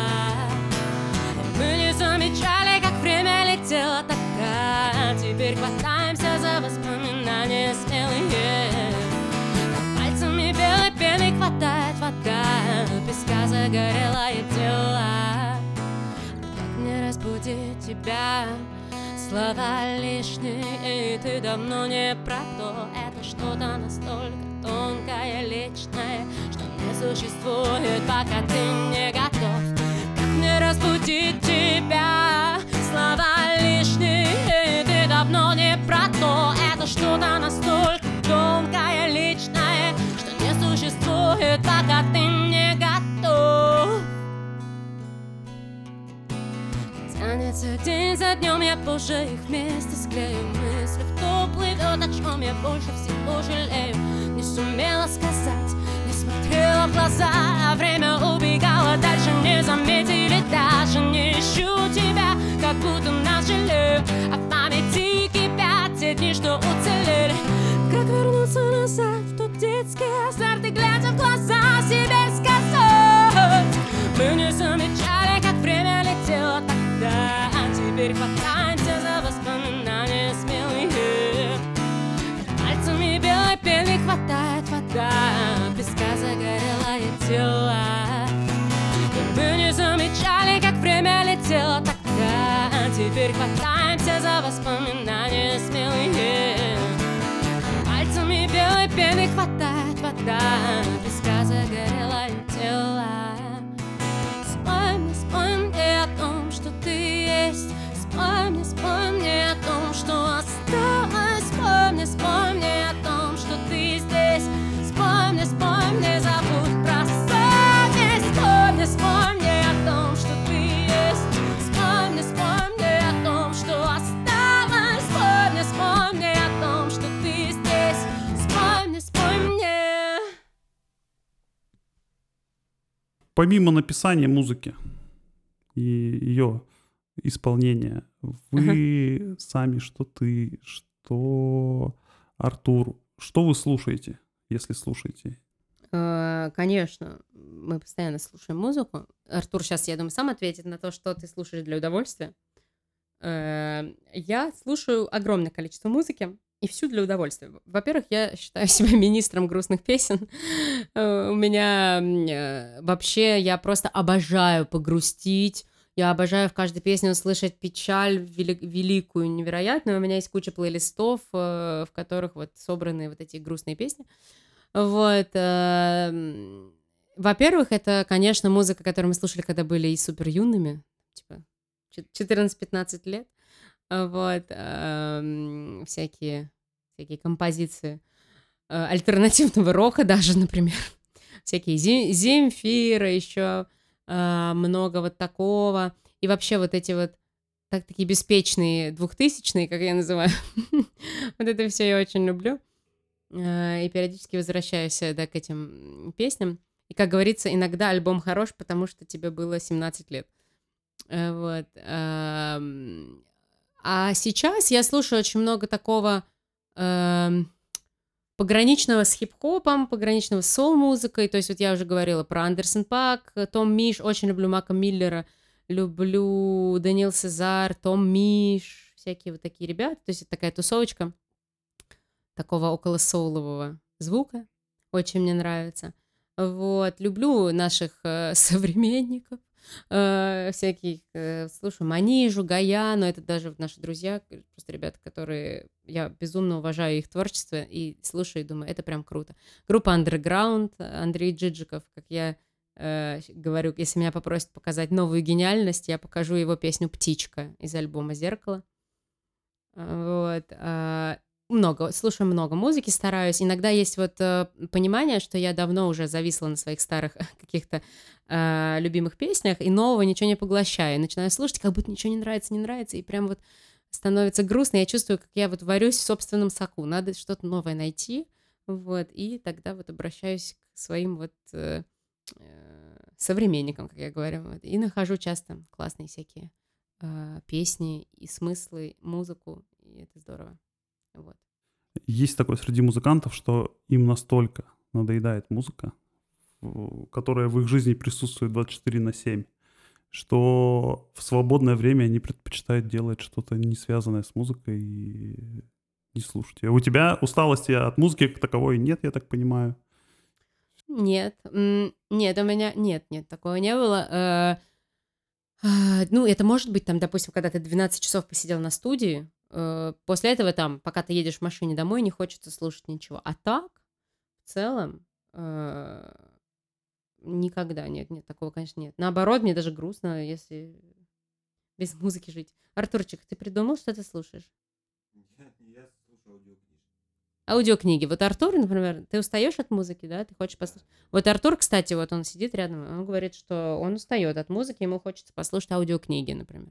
Мы не замечали, как время летело тогда, а теперь хватаемся за воспоминания смелые. Пальцами белой пены хватает вода, песка загорелое тело. Как мне разбудить тебя? Слова лишние, и ты давно не про то. Это что-то настолько тонкое, личное, что не существует, пока ты не готов. Как мне разбудить тебя? Слова лишние, и ты давно не про то. Это что-то настолько тонкое, личное, что не существует, пока ты не готов. Тянется день за днем, я позже их вместе склею. Мысли, кто плывет, о чем я больше всего жалею. Не сумела сказать, не смотрела в глаза, а время убегало дальше, не заметили даже. Не ищу тебя, как будто нас жалею, а в памяти кипят те дни, что уцелели. Как вернуться назад в тот детский азарт и, глядя в глаза, себе сказать: мы не замечали, как время летело тогда, а теперь хватаемся за воспоминания смелые. Пальцами белой пены хватает вода, песка загорелое тело. И мы не замечали, как время летело тогда, а теперь хватаемся за воспоминания смелые. Пальцами белой пены хватает вода, песка загорелое тело. Вспомни, вспомни о том, что ты есть. Вспомни, вспомни о том, что осталось. Вспомни, вспомни о том, что ты здесь. Вспомни, вспомни, забудь про совесть. Вспомни, вспомни о том, что ты есть. Вспомни, вспомни о том, что осталось. Вспомни, вспомни о том, что ты здесь. Вспомни, вспомни. Помимо написания музыки и ее исполнения, вы uh-huh. сами, что ты, что Артур, что вы слушаете, если слушаете? Uh, конечно, мы постоянно слушаем музыку. Артур сейчас, я думаю, сам ответит на то, что ты слушаешь для удовольствия. Uh, я слушаю огромное количество музыки. И всю для удовольствия. Во-первых, я считаю себя министром грустных песен. У меня вообще, я просто обожаю погрустить. Я обожаю в каждой песне услышать печаль вели- великую, невероятную. У меня есть куча плейлистов, в которых вот собраны вот эти грустные песни. Вот. Во-первых, это, конечно, музыка, которую мы слушали, когда были и супер юными, типа четырнадцать-пятнадцать лет. Вот, э, всякие, всякие композиции э, альтернативного рока даже, например. Всякие Зем, Земфира, еще э, много вот такого. И вообще вот эти вот так, такие беспечные двухтысячные, как я называю. Вот это все я очень люблю. Э, и периодически возвращаюсь, да, к этим песням. И, как говорится, иногда альбом хорош, потому что тебе было семнадцать лет. Э, Вот. эм, А сейчас я слушаю очень много такого эм, пограничного с хип-хопом, пограничного с соул-музыкой. То есть вот я уже говорила про Андерсон Пак, э, Том Миш, очень люблю Мака Миллера, люблю Даниэл Сезар, Том Миш, всякие вот такие ребята. То есть это такая тусовочка такого около соулового звука. Очень мне нравится. Вот. Люблю наших э, современников. э, всяких, э, слушаю Манижу, Гаяну. Это даже вот наши друзья, к- просто ребята, которые... Я безумно уважаю их творчество и слушаю и думаю, это прям круто. Группа Underground, Андрей Джиджиков, как я э, говорю, если меня попросят показать новую гениальность, я покажу его песню «Птичка» из альбома «Зеркало». Вот. а, Много, слушаю много музыки, стараюсь. Иногда есть вот э, понимание, что я давно уже зависла на своих старых каких-то э, любимых песнях, и нового ничего не поглощаю. Начинаю слушать, как будто ничего не нравится, не нравится, и прям вот становится грустно. Я чувствую, как я вот варюсь в собственном соку. Надо что-то новое найти, вот, и тогда вот обращаюсь к своим вот э, э, современникам, как я говорю, вот, и нахожу часто классные всякие э, песни и смыслы, музыку, и это здорово. Вот. Есть такое среди музыкантов, что им настолько надоедает музыка, в- которая в их жизни присутствует двадцать четыре на семь, что в свободное время они предпочитают делать что-то не связанное с музыкой и не слушать ее. У тебя усталости от музыки как таковой нет, я так понимаю. Нет, м, нет, у меня нет, нет, такого не было. Э, а, Ну, это может быть там, допустим, когда ты двенадцать часов посидел на студии, э, после этого там, пока ты едешь в машине домой, не хочется слушать ничего. А так, в целом, э, никогда нет, нет, такого, конечно, нет. Наоборот, мне даже грустно, если без музыки жить. Артурчик, ты придумал, что ты слушаешь? Аудиокниги. Вот Артур, например, ты устаешь от музыки, да? Ты хочешь послушать. Вот Артур, кстати, вот он сидит рядом, он говорит, что он устает от музыки, ему хочется послушать аудиокниги, например.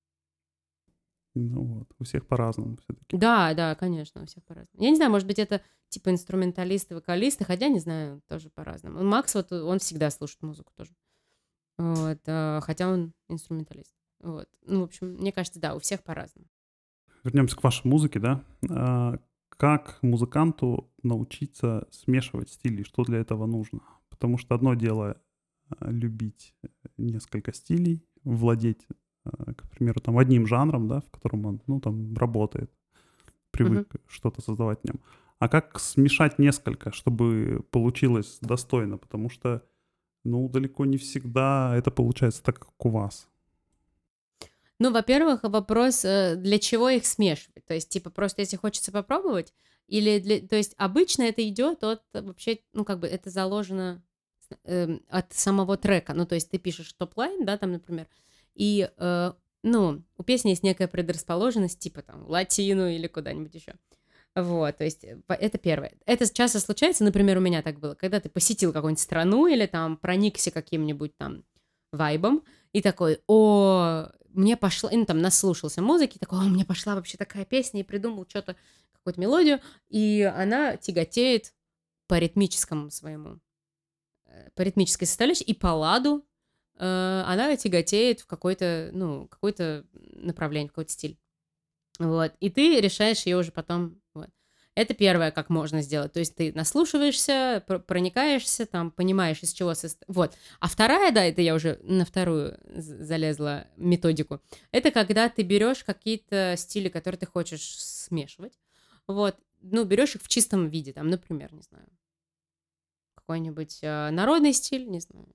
Ну вот, у всех по-разному все-таки. Да, да, конечно, у всех по-разному. Я не знаю, может быть, это типа инструменталисты, вокалисты, хотя не знаю, тоже по-разному. Макс вот, он всегда слушает музыку тоже. Вот, а, хотя он инструменталист. Вот. Ну, в общем, мне кажется, да, у всех по-разному. Вернемся к вашей музыке, да? А, Как музыканту научиться смешивать стили? Что для этого нужно? Потому что одно дело а, любить несколько стилей, владеть, а, к примеру, там одним жанром, да, в котором он, ну, там, работает, привык Мгм. что-то создавать в нем. А как смешать несколько, чтобы получилось достойно? Потому что, ну, далеко не всегда это получается так, как у вас. Ну, во-первых, вопрос, э, для чего их смешивать? То есть, типа, просто если хочется попробовать, или для... То есть, обычно это идет от э, вообще, ну, как бы это заложено с- эм, от самого трека. Ну, то есть, ты пишешь топ-лайн, да, там, например, и, э, ну, у песни есть некая предрасположенность, типа, там, в латину или куда-нибудь еще. Вот, то есть, э, по- это первое. Это часто случается, например, у меня так было, когда ты посетил какую-нибудь страну или там проникся каким-нибудь там вайбом, и такой, о, мне пошла, и, ну, там, наслушался музыки, такой, о, мне пошла вообще такая песня, и придумал что-то, какую-то мелодию, и она тяготеет по ритмическому своему, э, по ритмической составляющей, и по ладу э, она тяготеет в какой-то, ну, какое-то направление, какой-то стиль. Вот. И ты решаешь ее уже потом. Вот. Это первое, как можно сделать. То есть ты наслушиваешься, пр- проникаешься, там, понимаешь, из чего состоит. Вот. А вторая, да, это я уже на вторую з- залезла методику. Это когда ты берешь какие-то стили, которые ты хочешь смешивать. Вот. Ну, берешь их в чистом виде. Там, например, не знаю, какой-нибудь э, народный стиль, не знаю,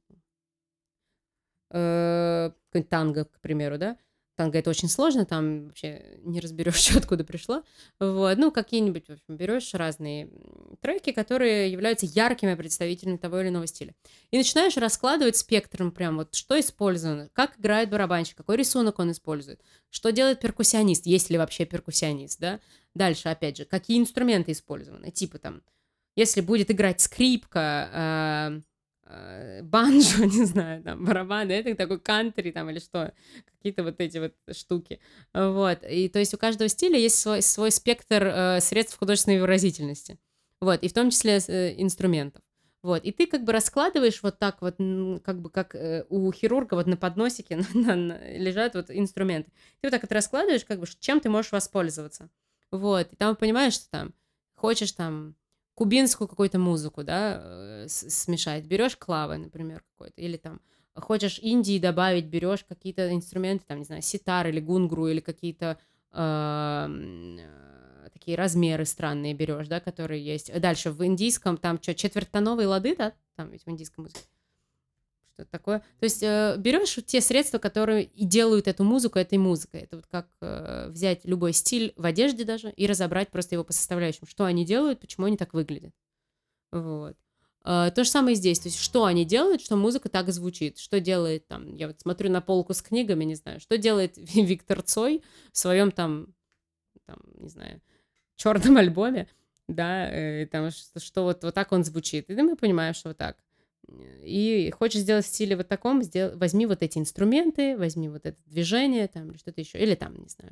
э, какой-нибудь танго, к примеру, да. Танго это очень сложно, там вообще не разберешь, что откуда пришло. Вот. Ну, какие-нибудь, в общем, берешь разные м, треки, которые являются яркими представителями того или иного стиля. И начинаешь раскладывать спектром прям вот, что использовано, как играет барабанщик, какой рисунок он использует, что делает перкуссионист, есть ли вообще перкуссионист, да. Дальше, опять же, какие инструменты использованы, типа там, если будет играть скрипка, а, э, банджо, не знаю, там, барабаны, это такой кантри там или что, какие-то вот эти вот штуки. Вот, и то есть у каждого стиля есть свой, свой спектр э, средств художественной выразительности. Вот, и в том числе э, инструментов. Вот, и ты как бы раскладываешь вот так вот, м, как бы как э, у хирурга вот на подносике на- на- на- лежат вот инструменты. Ты вот так вот раскладываешь, как бы, ш- чем ты можешь воспользоваться. Вот, и там понимаешь, что там хочешь там кубинскую какую-то музыку, да, э, с- смешать, берешь клавы, например, какой-то, или там хочешь Индии добавить, берешь какие-то инструменты, там, не знаю, ситар или гунгру, или какие-то а, м, э, такие размеры странные берешь, да, которые есть. Дальше в индийском там что, четвертоновые лады, да, там ведь в индийском музыке что-то такое. То есть э, берешь вот те средства, которые и делают эту музыку этой музыкой. Это вот как э, взять любой стиль в одежде даже и разобрать просто его по составляющим, что они делают, почему они так выглядят. Вот. А, то же самое и здесь. То есть, что они делают, что музыка так звучит. Что делает там, я вот смотрю на полку с книгами, не знаю, что делает Виктор Цой в своем там, там, не знаю, черном альбоме, да, э, там, что, что вот, вот так он звучит. И мы понимаем, что вот так. И хочешь сделать в стиле вот таком, сдел... возьми вот эти инструменты, возьми вот это движение, там, или что-то еще, или там, не знаю,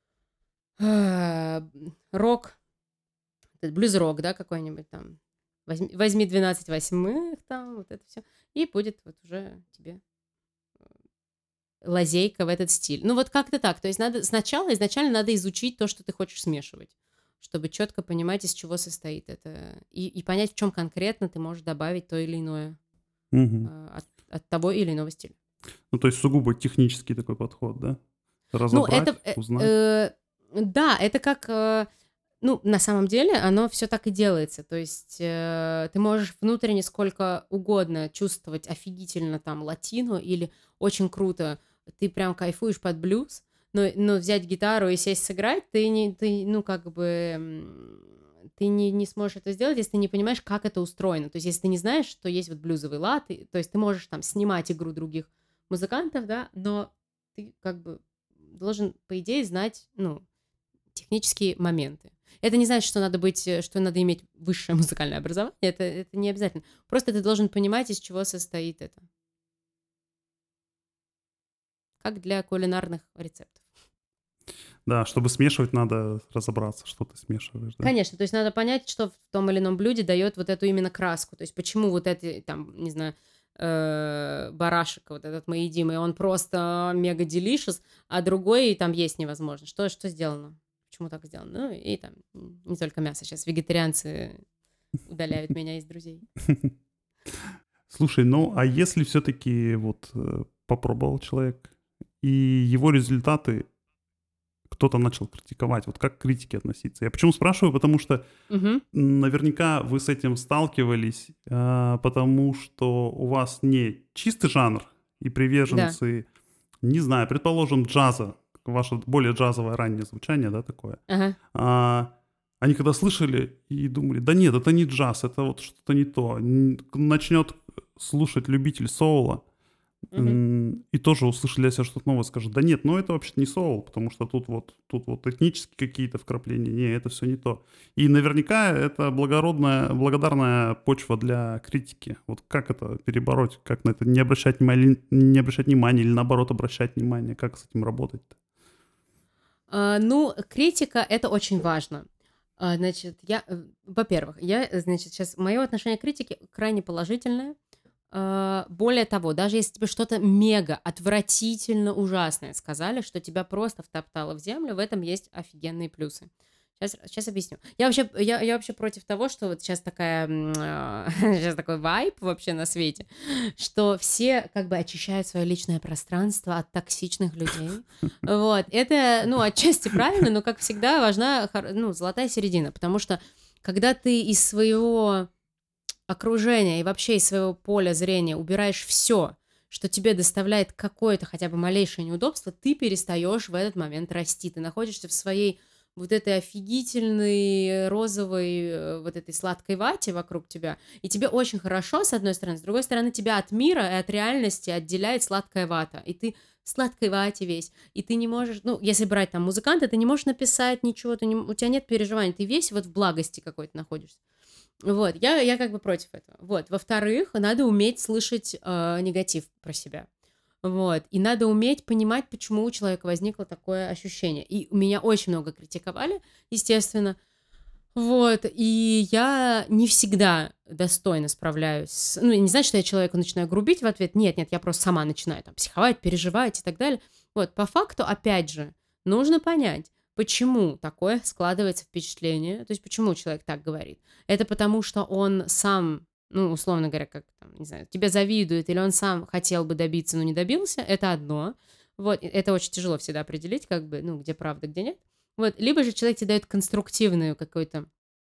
а, рок, этот блюз-рок, да, какой-нибудь там, возьми, возьми двенадцать восьмых, там, вот это все, и будет вот уже тебе лазейка в этот стиль. Ну, вот как-то так. То есть надо сначала, изначально надо изучить то, что ты хочешь смешивать, чтобы четко понимать, из чего состоит это, и, и понять, в чем конкретно ты можешь добавить то или иное Мгм. э, от, от того или иного стиля. Ну, то есть сугубо технический такой подход, да? Ну, Разобрать, это, э, узнать. э, да, это как, э, ну, на самом деле оно все так и делается. То есть э, ты можешь внутренне сколько угодно чувствовать офигительно там латино или очень круто, ты прям кайфуешь под блюз, но, но взять гитару и сесть сыграть, ты не, ты, ну, как бы, м, ты не, не сможешь это сделать, если ты не понимаешь, как это устроено. То есть если ты не знаешь, что есть вот блюзовый лад, и- то есть ты можешь там снимать игру других музыкантов, да, но ты как бы должен, по идее, знать, ну, технические моменты. Это не значит, что надо быть, э, что надо иметь высшее музыкальное образование, это, это не обязательно. Просто ты должен понимать, из чего состоит это. Как для кулинарных рецептов. Да, чтобы смешивать, надо разобраться, что ты смешиваешь, да? Конечно, то есть надо понять, что в том или ином блюде дает вот эту именно краску. То есть почему вот эти, там, не знаю, э, барашек, вот этот мы едим, и он просто мега делишес, а другой там есть невозможно. Что, что сделано? Почему так сделано? Ну, и там м, не только мясо. Сейчас вегетарианцы удаляют меня из друзей. Слушай, ну а если все-таки вот э, попробовал человек, и его результаты кто-то начал критиковать, вот как к критике относиться? Я почему спрашиваю? Потому что Мгм. м, наверняка вы с этим сталкивались, а, потому что у вас не чистый жанр и Да. приверженцы, не знаю, предположим, джаза, ваше более джазовое раннее звучание, да, такое. Ага. А, они когда слышали и думали, да нет, это не джаз, это вот что-то не то. Н- Начнет слушать любитель соула, Мгм. м, и тоже услышит для себя что-то новое, скажет, да нет, ну это вообще-то не соул, потому что тут вот, тут вот этнические какие-то вкрапления, не, это все не то. И наверняка это благородная, благодарная почва для критики. Вот как это перебороть, как на это не обращать внимания, не обращать внимания или наоборот обращать внимание, как с этим работать-то? А, ну, критика — это очень важно. А, значит, я, э, во-первых, я, э, значит, сейчас мое отношение к критике крайне положительное. А, более того, даже если тебе что-то мега отвратительно ужасное сказали, что тебя просто втоптало в землю, в этом есть офигенные плюсы. Сейчас, сейчас объясню. Я вообще, я, я вообще против того, что вот сейчас такая, м, а, сейчас такой вайб вообще на свете, что все как бы очищают свое личное пространство от токсичных людей. Вот. Это, ну, отчасти правильно, но, как всегда, важна, хор- ну, золотая середина, потому что когда ты из своего окружения и вообще из своего поля зрения убираешь все, что тебе доставляет какое-то хотя бы малейшее неудобство, ты перестаешь в этот момент расти. Ты находишься в своей вот этой офигительной розовой э, вот этой сладкой вате вокруг тебя, и тебе очень хорошо, с одной стороны, с другой стороны, тебя от мира и от реальности отделяет сладкая вата, и ты в сладкой вате весь, и ты не можешь, ну, если брать там музыканта, ты не можешь написать ничего, ты не- у тебя нет переживаний, ты весь вот в благости какой-то находишься. Вот, я, я как бы против этого. Вот, во-вторых, надо уметь слышать э, негатив про себя. Вот, и надо уметь понимать, почему у человека возникло такое ощущение. И меня очень много критиковали, естественно. Вот, и я не всегда достойно справляюсь. с- Ну, и не значит, что я человеку начинаю грубить в ответ. Нет, нет, я просто сама начинаю там психовать, переживать и так далее. Вот, по факту, опять же, нужно понять, почему такое складывается впечатление, то есть почему человек так говорит. Это потому, что он сам, ну, условно говоря, как, там, не знаю, тебе завидует, или он сам хотел бы добиться, но не добился, это одно. Вот, и это очень тяжело всегда определить, как бы, ну, где правда, где нет. Вот, либо же человек тебе дает конструктивную какую-то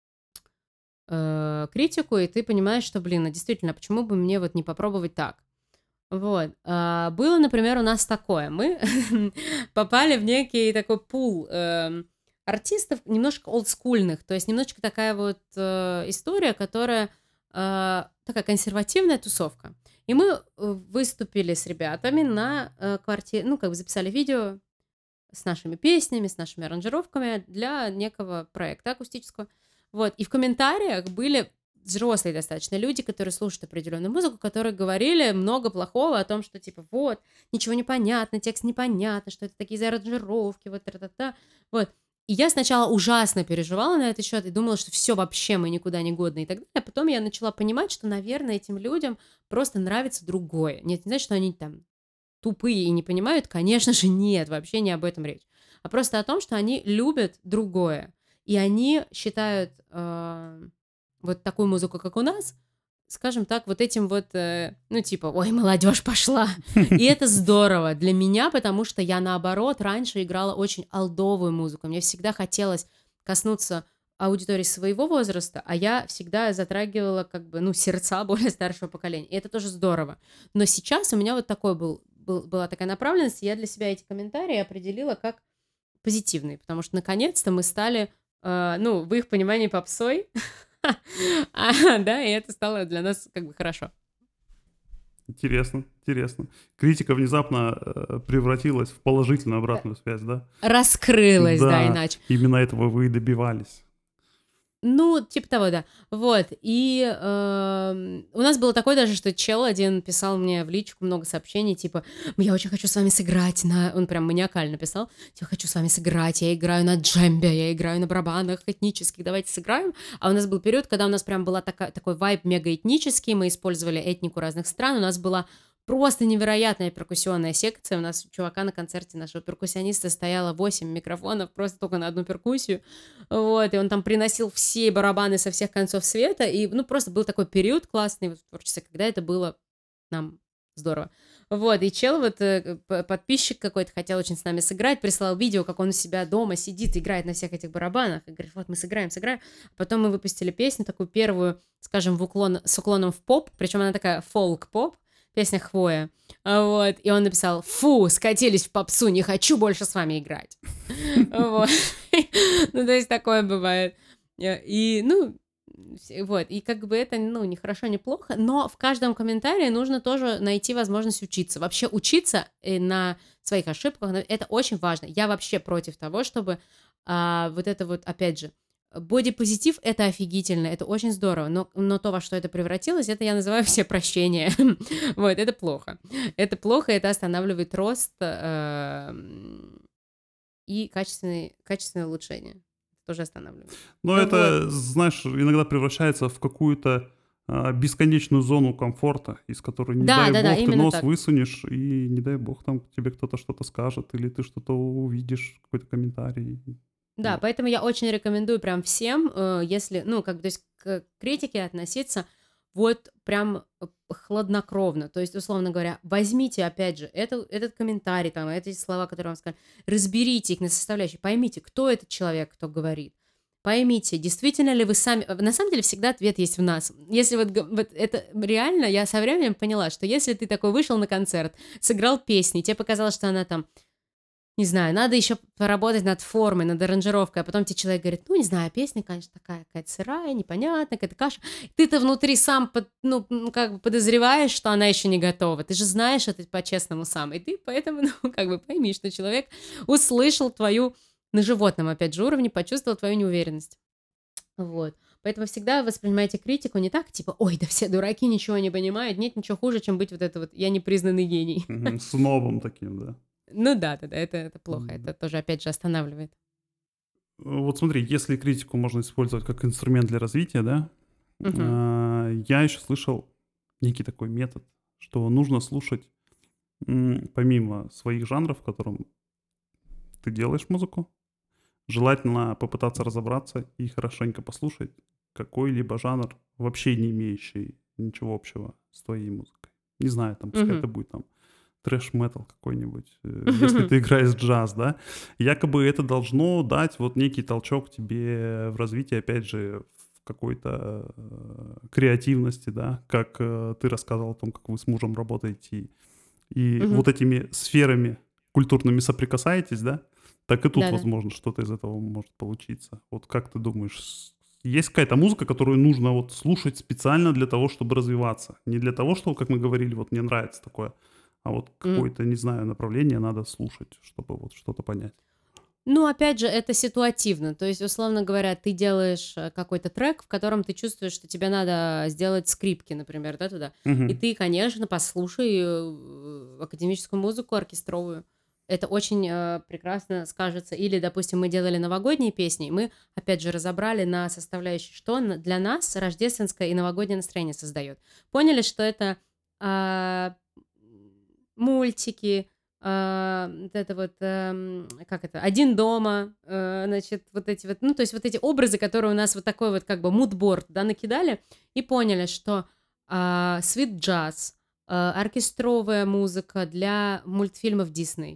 э, критику, и ты понимаешь, что, блин, а действительно, почему бы мне вот не попробовать так? Вот. а, Было, например, у нас такое. Мы попали в некий такой пул эм, артистов, немножко олдскульных, то есть немножечко такая вот э, история, которая э, такая консервативная тусовка. И мы э, выступили с ребятами на э, квартире, ну, как бы записали видео с нашими песнями, с нашими аранжировками для некого проекта акустического. Вот. И в комментариях были взрослые достаточно люди, которые слушают определенную музыку, которые говорили много плохого о том, что типа вот, ничего не понятно, текст непонятно, что это такие за аранжировки, вот та-та-та. Вот. И я сначала ужасно переживала на этот счет и думала, что все вообще мы никуда не годны и так далее. А потом я начала понимать, что, наверное, этим людям просто нравится другое. Нет, не значит, что они там тупые и не понимают, конечно же, нет, вообще не об этом речь. А просто о том, что они любят другое. И они считают э, вот такую музыку, как у нас, скажем так, вот этим вот, э, ну, типа, ой, молодежь пошла. И это здорово для меня, потому что я, наоборот, раньше играла очень олдовую музыку. Мне всегда хотелось коснуться аудитории своего возраста, а я всегда затрагивала, как бы, ну, сердца более старшего поколения. И это тоже здорово. Но сейчас у меня вот такой был, был- была такая направленность, и я для себя эти комментарии определила как позитивные, потому что наконец-то мы стали, э, ну, в их понимании попсой, А, да, и это стало для нас как бы хорошо. Интересно, интересно. Критика внезапно э, превратилась в положительную обратную связь, да? Раскрылась, да, Да, иначе. именно этого вы и добивались. Ну, типа того, да. Вот, и эм, у нас было такое даже, что чел один писал мне в личку много сообщений, типа, я очень хочу с вами сыграть на... Он прям маниакально писал, типа, хочу с вами сыграть, я играю на джембе, я играю на барабанах этнических, давайте сыграем. А у нас был период, когда у нас прям была такая, такой вайб мега-этнический, мы использовали этнику разных стран, у нас была просто невероятная перкуссионная секция. У нас у чувака на концерте нашего перкуссиониста стояло восемь микрофонов просто только на одну перкуссию. Вот, и он там приносил все барабаны со всех концов света. И, ну, просто был такой период классный вот в творчестве, когда это было нам здорово. Вот, и чел, вот э, п- подписчик какой-то хотел очень с нами сыграть, прислал видео, как он у себя дома сидит, играет на всех этих барабанах, и говорит, вот мы сыграем, сыграем. Потом мы выпустили песню, такую первую, скажем, в уклон, с уклоном в поп, причем она такая фолк-поп, песня «Хвоя». А Вот. И он написал, фу, скатились в попсу, не хочу больше с вами играть. Вот. Ну, то есть такое бывает. И, ну, вс- вот. И как бы это, ну, не хорошо, не плохо, но в каждом комментарии нужно тоже найти возможность учиться. Вообще учиться э, на своих ошибках, на- это очень важно. Я вообще против того, чтобы а, вот это вот, опять же, бодипозитив — это офигительно, это очень здорово, но, но то, во что это превратилось, это я называю все прощения. Вот, это плохо. Это плохо, это останавливает рост эм, и качественное, качественное улучшение. Это тоже останавливает. Но Ну это, знаешь, иногда превращается в какую-то а, бесконечную зону комфорта, из которой, не Да, дай да, да, бог, ты именно нос так. высунешь, и не дай бог, там тебе кто-то что-то скажет, или ты что-то увидишь, какой-то комментарий. Да, Вот. поэтому я очень рекомендую прям всем, э, если, ну, как бы, то есть к критике относиться вот прям э, хладнокровно. То есть, условно говоря, возьмите, опять же, это, этот комментарий, там, эти слова, которые вам сказали, разберите их на составляющие, поймите, кто этот человек, кто говорит. Поймите, действительно ли вы сами... э, На самом деле всегда ответ есть в нас. Если вот, г- вот это реально, я со временем поняла, что если ты такой вышел на концерт, сыграл песни, тебе показалось, что она там не знаю, надо еще поработать над формой, над аранжировкой, а потом тебе человек говорит, ну, не знаю, песня, конечно, такая какая-то сырая, непонятная, какая-то каша. Ты-то внутри сам, под, ну, м, как бы подозреваешь, что она еще не готова. Ты же знаешь это по-честному сам. И ты поэтому, ну, как бы пойми, что человек услышал твою, на животном, опять же, уровне, почувствовал твою неуверенность. Вот. Поэтому всегда воспринимайте критику не так, типа, ой, да все дураки, ничего не понимают. Нет ничего хуже, чем быть вот это вот, я непризнанный гений. Мгм, с новым таким, да. Ну да, да, да, это, это плохо. Да. Это тоже, опять же, останавливает. Вот смотри, если критику можно использовать как инструмент для развития, да, Мгм. А, Я еще слышал некий такой метод, что нужно слушать м, помимо своих жанров, в котором ты делаешь музыку, желательно попытаться разобраться и хорошенько послушать какой-либо жанр, вообще не имеющий ничего общего с твоей музыкой. Не знаю, там, пускай Мгм. это будет там трэш-метал какой-нибудь, э, если ты играешь джаз, да, якобы это должно дать вот некий толчок тебе в развитии, опять же, в какой-то э, креативности, да, как э, ты рассказывал о том, как вы с мужем работаете, и Мгм. вот этими сферами культурными соприкасаетесь, да, так и тут, Да-да. возможно, что-то из этого может получиться. Вот как ты думаешь, с- есть какая-то музыка, которую нужно вот слушать специально для того, чтобы развиваться? Не для того, что, как мы говорили, вот мне нравится такое, а вот М. какое-то, не знаю, направление надо слушать, чтобы вот что-то понять. Ну, опять же, это ситуативно. То есть, условно говоря, ты делаешь э, какой-то трек, в котором ты чувствуешь, что тебе надо сделать скрипки, например, да, туда. И Мгм. ты, конечно, послушай э, академическую музыку оркестровую. Это очень э, прекрасно скажется. Или, допустим, мы делали новогодние песни, и мы, опять же, разобрали на составляющие, что на- для нас рождественское и новогоднее настроение создает. Поняли, что это а, мультики, а, вот это вот, эм, как это, «Один дома», э, значит, вот эти вот, ну, то есть вот эти образы, которые у нас вот такой вот как бы мудборд, да, накидали, и поняли, что а, sweet jazz, а, оркестровая музыка для мультфильмов Дисней.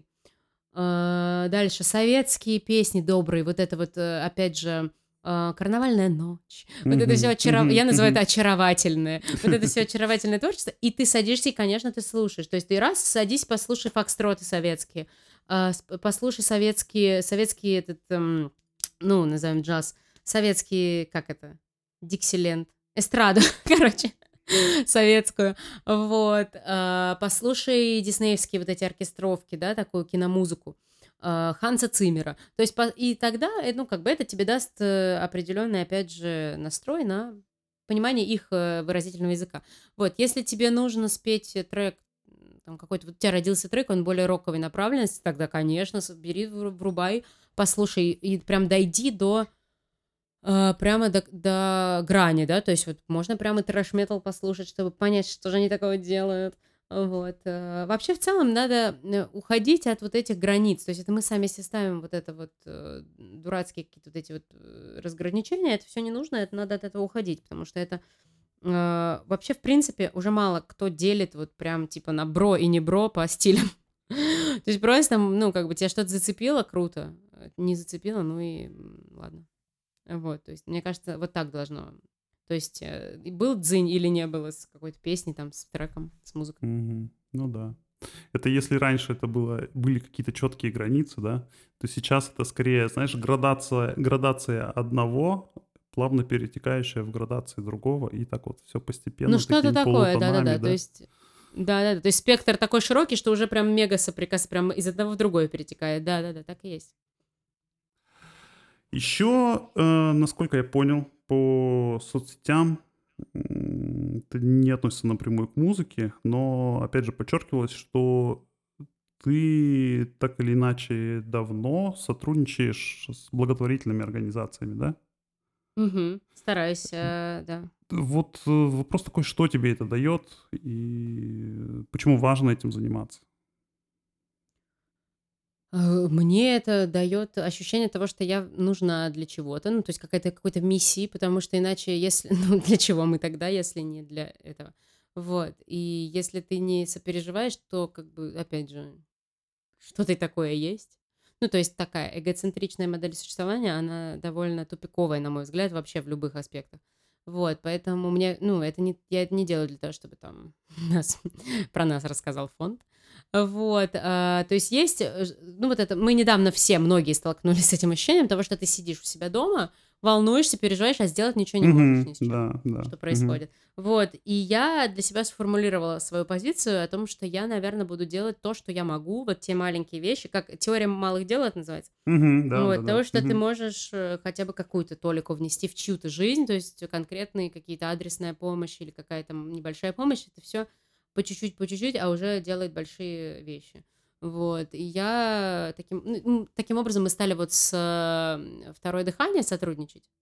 А, дальше советские песни добрые, вот это вот, э, опять же, а, «Карнавальная ночь». Вот это все Мгм. очаров... Мгм. Я называю это Мгм. очаровательное. Вот это все очаровательное творчество. И ты садишься, и, конечно, ты слушаешь. То есть ты раз садись, послушай фокстроты советские, а, с- послушай советские, советские этот, эм, ну, назовем джаз, советские, как это, Диксиленд, эстраду, короче, советскую. Вот. а, Послушай диснеевские вот эти оркестровки, да, такую киномузыку. а, Ханса Циммера. То есть, по- и тогда, э, ну, как бы это тебе даст э, определенный, опять же, настрой на понимание их э, выразительного языка. Вот, если тебе нужно спеть э, трек, м, там какой-то, вот у тебя родился трек, он более роковой направленности, тогда, конечно, с- бери, вру- врубай, послушай и прям дойди до а, прямо до до грани, да, то есть вот можно прямо трэш-метал послушать, чтобы понять, что же они такого делают. Вот. э. Вообще, в целом, надо э, уходить от вот этих границ. То есть это мы сами себе ставим вот это вот э, дурацкие какие-то вот эти вот э, разграничения. Это все не нужно, это надо от этого уходить, потому что это э, вообще, в принципе, уже мало кто делит вот прям типа на бро и не бро по стилям. То есть просто, ну, как бы тебя что-то зацепило, круто. э, Не зацепило, ну и м, ладно. Вот, то есть, мне кажется, вот так должно. То есть, э, и был дзынь или не было с какой-то песней, там, с треком, с музыкой. Мгм. Ну да. Это если раньше это было, были какие-то четкие границы, да, то сейчас это скорее, знаешь, градация, градация одного, плавно перетекающая в градации другого, и так вот все Ну, постепенно что-то такими такое, полутонами, да-да-да. То да. есть, да-да-да. То есть спектр такой широкий, что уже прям мега соприкас, прям из одного в другое перетекает. Да-да-да, так и есть. Еще, э, насколько я понял, по соцсетям м, это не относится напрямую к музыке, но опять же подчеркивалось, что ты так или иначе давно сотрудничаешь с благотворительными организациями, да? Мгм. Стараюсь, э, да. Вот э, вопрос такой, что тебе это дает и почему важно этим заниматься? Э, Мне это дает ощущение того, что я нужна для чего-то, ну, то есть какая-то какой-то миссии, потому что иначе, если, ну, для чего мы тогда, если не для этого? Вот. И если ты не сопереживаешь, то, как бы, опять же, что-то и такое есть. Ну, то есть такая эгоцентричная модель существования, она довольно тупиковая, на мой взгляд, вообще в любых аспектах. Вот, поэтому мне, ну, это не, я это не делаю для того, чтобы там нас, про нас рассказал фонд. Вот, а, то есть есть, э, ж- ну, вот это, мы недавно все, многие столкнулись с этим ощущением того, что ты сидишь у себя дома, волнуешься, переживаешь, а сделать ничего не можешь Мгм. ни с чем, Да, да. что Мгм. происходит. Вот, и я для себя сформулировала свою позицию о том, что я, наверное, буду делать то, что я могу, вот те маленькие вещи, как теория малых дел это называется. Мгм. Да, да, Вот, да. того, что ты Мгм. можешь э, хотя бы какую-то толику внести в чью-то жизнь, то есть конкретные какие-то адресная помощь или какая-то м, небольшая помощь, это все по чуть-чуть, по чуть-чуть, а уже делает большие вещи. Вот, и я таким, ну, м, таким образом мы стали вот с э, «Второе дыхание» сотрудничать.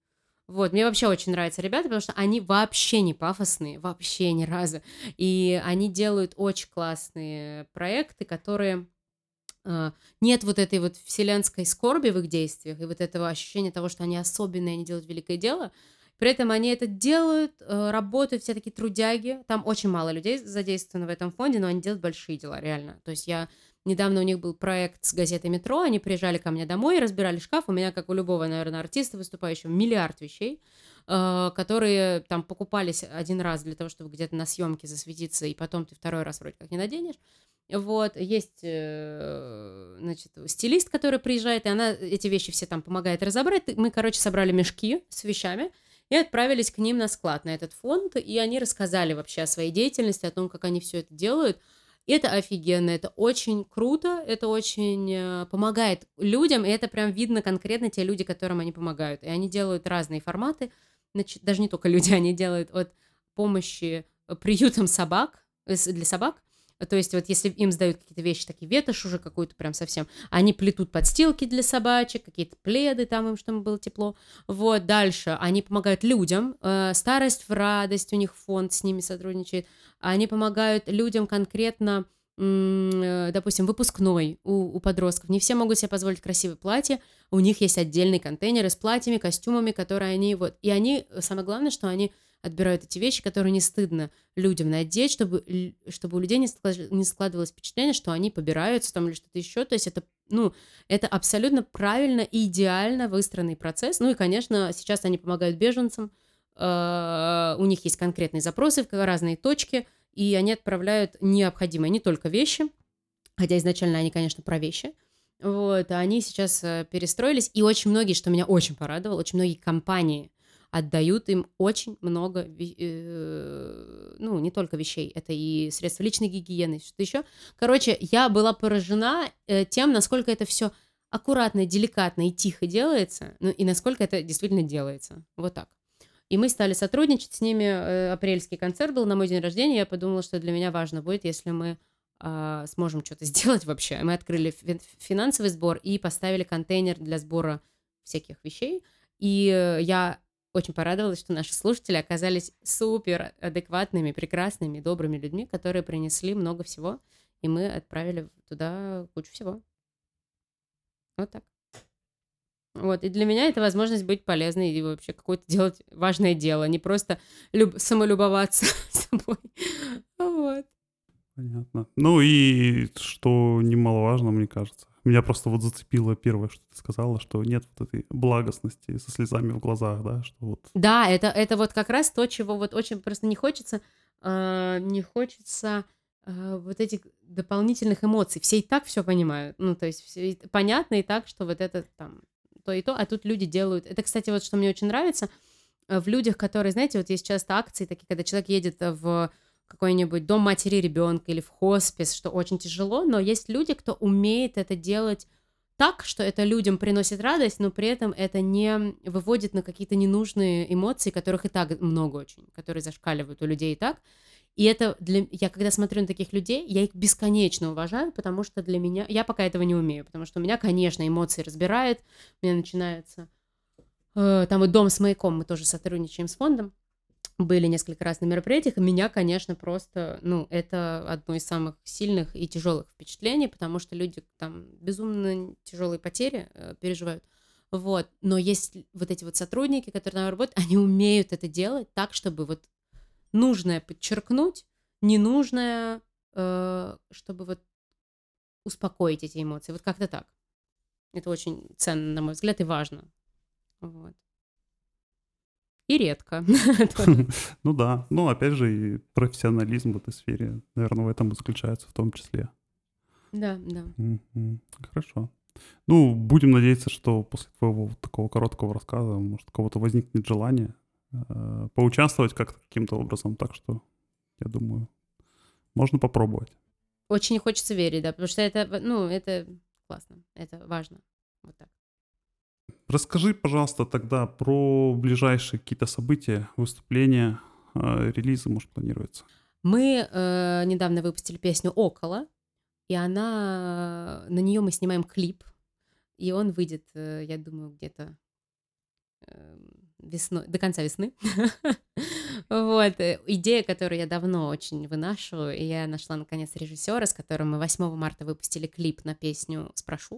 Вот, мне вообще очень нравятся ребята, потому что они вообще не пафосные, вообще ни разу. И они делают очень классные проекты, которые... э, Нет вот этой вот вселенской скорби в их действиях и вот этого ощущения того, что они особенные, они делают великое дело. При этом они это делают, э, работают все такие трудяги. Там очень мало людей задействовано в этом фонде, но они делают большие дела, реально. То есть я... Недавно у них был проект с газетой «Метро», они приезжали ко мне домой, разбирали шкаф. У меня, как у любого, наверное, артиста выступающего, миллиард вещей, э, которые там покупались один раз для того, чтобы где-то на съемке засветиться, и потом ты второй раз вроде как не наденешь. Вот, есть, э, значит, стилист, который приезжает, и она эти вещи все там помогает разобрать. Мы, короче, собрали мешки с вещами и отправились к ним на склад, на этот фонд, и они рассказали вообще о своей деятельности, о том, как они все это делают. И это офигенно, это очень круто, это очень э, помогает людям, и это прям видно конкретно те люди, которым они помогают. И они делают разные форматы, значит, даже не только люди, они делают от помощи э, приютам собак, э, с- для собак. То есть вот если им сдают какие-то вещи, такие ветошь уже какую-то прям совсем, они плетут подстилки для собачек, какие-то пледы там им, чтобы было тепло. Вот, дальше они помогают людям, э, старость в радость, у них фонд с ними сотрудничает. Они помогают людям конкретно, м, э, допустим, выпускной у, у подростков. Не все могут себе позволить красивое платье, у них есть отдельные контейнеры с платьями, костюмами, которые они вот... И они, самое главное, что они отбирают эти вещи, которые не стыдно людям надеть, чтобы, л- чтобы у людей не, склад- не складывалось впечатление, что они побираются там или что-то еще. То есть это, ну, это абсолютно правильно и идеально выстроенный процесс. Ну и, конечно, сейчас они помогают беженцам. Э, У них есть конкретные запросы в разные точки, и они отправляют необходимые не только вещи, хотя изначально они, конечно, про вещи. Вот, а они сейчас э, перестроились, и очень многие, что меня очень порадовало, очень многие компании отдают им очень много, ви- э, ну, не только вещей, это и средства личной гигиены, что-то еще. Короче, я была поражена э, тем, насколько это все аккуратно, деликатно и тихо делается, ну, и насколько это действительно делается. Вот так. И мы стали сотрудничать с ними. э, Апрельский концерт был на мой день рождения. Я подумала, что для меня важно будет, если мы а, сможем что-то сделать вообще. Мы открыли фин- финансовый сбор и поставили контейнер для сбора всяких вещей. И э, я очень порадовалась, что наши слушатели оказались супер адекватными, прекрасными, добрыми людьми, которые принесли много всего, и мы отправили туда кучу всего. Вот так. Вот, и для меня это возможность быть полезной и вообще какое-то делать важное дело, не просто люб- самолюбоваться собой. Вот. Понятно. Ну и что немаловажно, мне кажется. Меня просто вот зацепило первое, что ты сказала, что нет вот этой благостности со слезами в глазах, да, что вот... Да, это, это вот как раз то, чего вот очень просто не хочется, а, не хочется а, вот этих дополнительных эмоций. Все и так все понимают. Ну, то есть все и- понятно и так, что вот это там то и то, а тут люди делают. Это, кстати, вот что мне очень нравится э, в людях, которые, знаете, вот есть часто акции такие, когда человек едет э, в какой-нибудь дом матери ребенка или в хоспис, что очень тяжело, но есть люди, кто умеет это делать так, что это людям приносит радость, но при этом это не выводит на какие-то ненужные эмоции, которых и так много очень, которые зашкаливают у людей и так. И это для... Я когда смотрю на таких людей, я их бесконечно уважаю, потому что для меня... Я пока этого не умею, потому что у меня, конечно, эмоции разбирает, у меня начинается... э, Там вот «Дом с маяком», мы тоже сотрудничаем с фондом, были несколько раз на мероприятиях, и меня, конечно, просто, ну, это одно из самых сильных и тяжелых впечатлений, потому что люди там безумно тяжелые потери э, переживают. Вот. Но есть вот эти вот сотрудники, которые там работают, они умеют это делать так, чтобы вот нужное подчеркнуть, ненужное, э, чтобы вот успокоить эти эмоции. Вот как-то так. Это очень ценно, на мой взгляд, и важно. Вот. И редко тоже. Ну да, ну опять же и профессионализм в этой сфере, наверное, в этом и заключается в том числе. Да, да. Мгм. Хорошо. Ну, будем надеяться, что после твоего вот такого короткого рассказа, может, у кого-то возникнет желание э, поучаствовать как-то каким-то образом. Так что, я думаю, можно попробовать. Очень хочется верить, да, потому что это, ну, это классно, это важно. Вот так. Расскажи, пожалуйста, тогда про ближайшие какие-то события, выступления, э, релизы, может, планируется. Мы э, недавно выпустили песню «Около», и она, на нее мы снимаем клип, и он выйдет, э, я думаю, где-то эм, весной, до конца весны. Вот. Идея, которую я давно очень вынашиваю, и я нашла, наконец, режиссера, с которым мы восьмого марта выпустили клип на песню «Спрошу».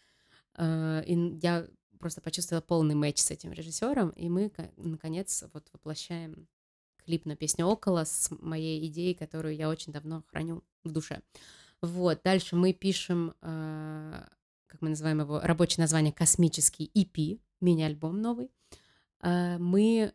И я просто почувствовала полный матч с этим режиссером, и мы, наконец, вот воплощаем клип на песню «Около» с моей идеей, которую я очень давно храню в душе. Вот. Дальше мы пишем, как мы называем его, рабочее название «Космический и пи», мини-альбом новый. Мы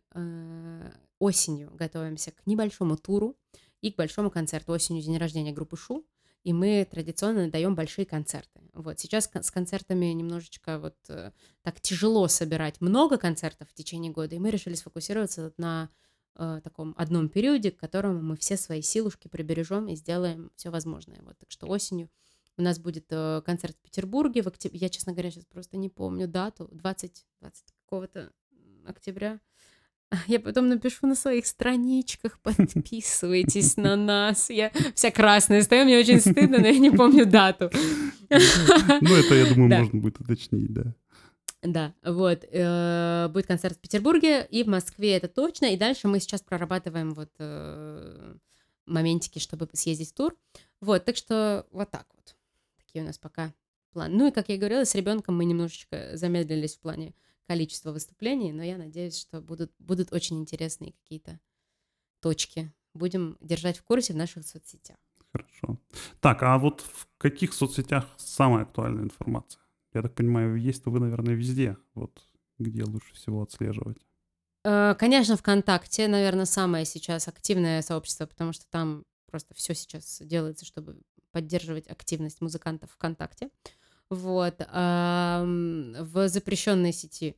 осенью готовимся к небольшому туру и к большому концерту. Осенью день рождения группы Шу, и мы традиционно даем большие концерты. Вот сейчас с концертами немножечко вот так тяжело собирать много концертов в течение года, и мы решили сфокусироваться на э, таком одном периоде, к которому мы все свои силушки прибережем и сделаем все возможное. Вот, так что осенью у нас будет э, концерт в Петербурге в октябре. Я, честно говоря, сейчас просто не помню дату. двадцать, двадцать какого-то октября. Я потом напишу на своих страничках, подписывайтесь на нас. Я вся красная стою, мне очень стыдно, но я не помню дату. Ну, это, я думаю, можно будет уточнить, да. Да, вот. Будет концерт в Петербурге и в Москве, это точно. И дальше мы сейчас прорабатываем вот моментики, чтобы съездить в тур. Вот, так что вот так вот. Такие у нас пока планы. Ну и, как я и говорила, с ребенком мы немножечко замедлились в плане количество выступлений, но я надеюсь, что будут, будут очень интересные какие-то точки. Будем держать в курсе в наших соцсетях. Хорошо. Так, а вот в каких соцсетях самая актуальная информация? Я так понимаю, есть-то вы, наверное, везде. Вот где лучше всего отслеживать? Конечно, ВКонтакте, наверное, самое сейчас активное сообщество, потому что там просто все сейчас делается, чтобы поддерживать активность музыкантов ВКонтакте. Вот. В запрещенной сети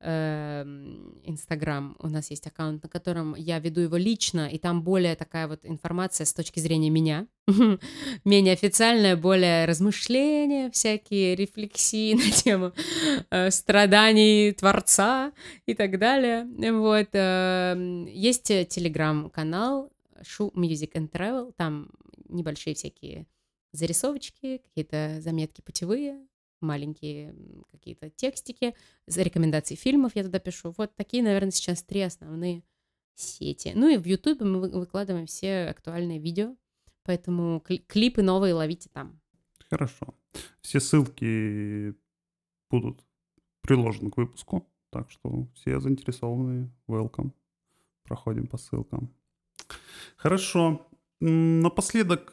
Инстаграм у нас есть аккаунт, на котором я веду его лично, и там более такая вот информация с точки зрения меня, менее официальная, более размышления, всякие рефлексии на тему страданий творца и так далее. Вот. Есть телеграм-канал Шу Music and Travel, там небольшие всякие зарисовочки, какие-то заметки путевые, маленькие какие-то текстики, рекомендации фильмов я туда пишу. Вот такие, наверное, сейчас три основные сети. Ну и в Ютубе мы выкладываем все актуальные видео, поэтому клипы новые ловите там. Хорошо. Все ссылки будут приложены к выпуску, так что все заинтересованные, welcome. Проходим по ссылкам. Хорошо. Напоследок,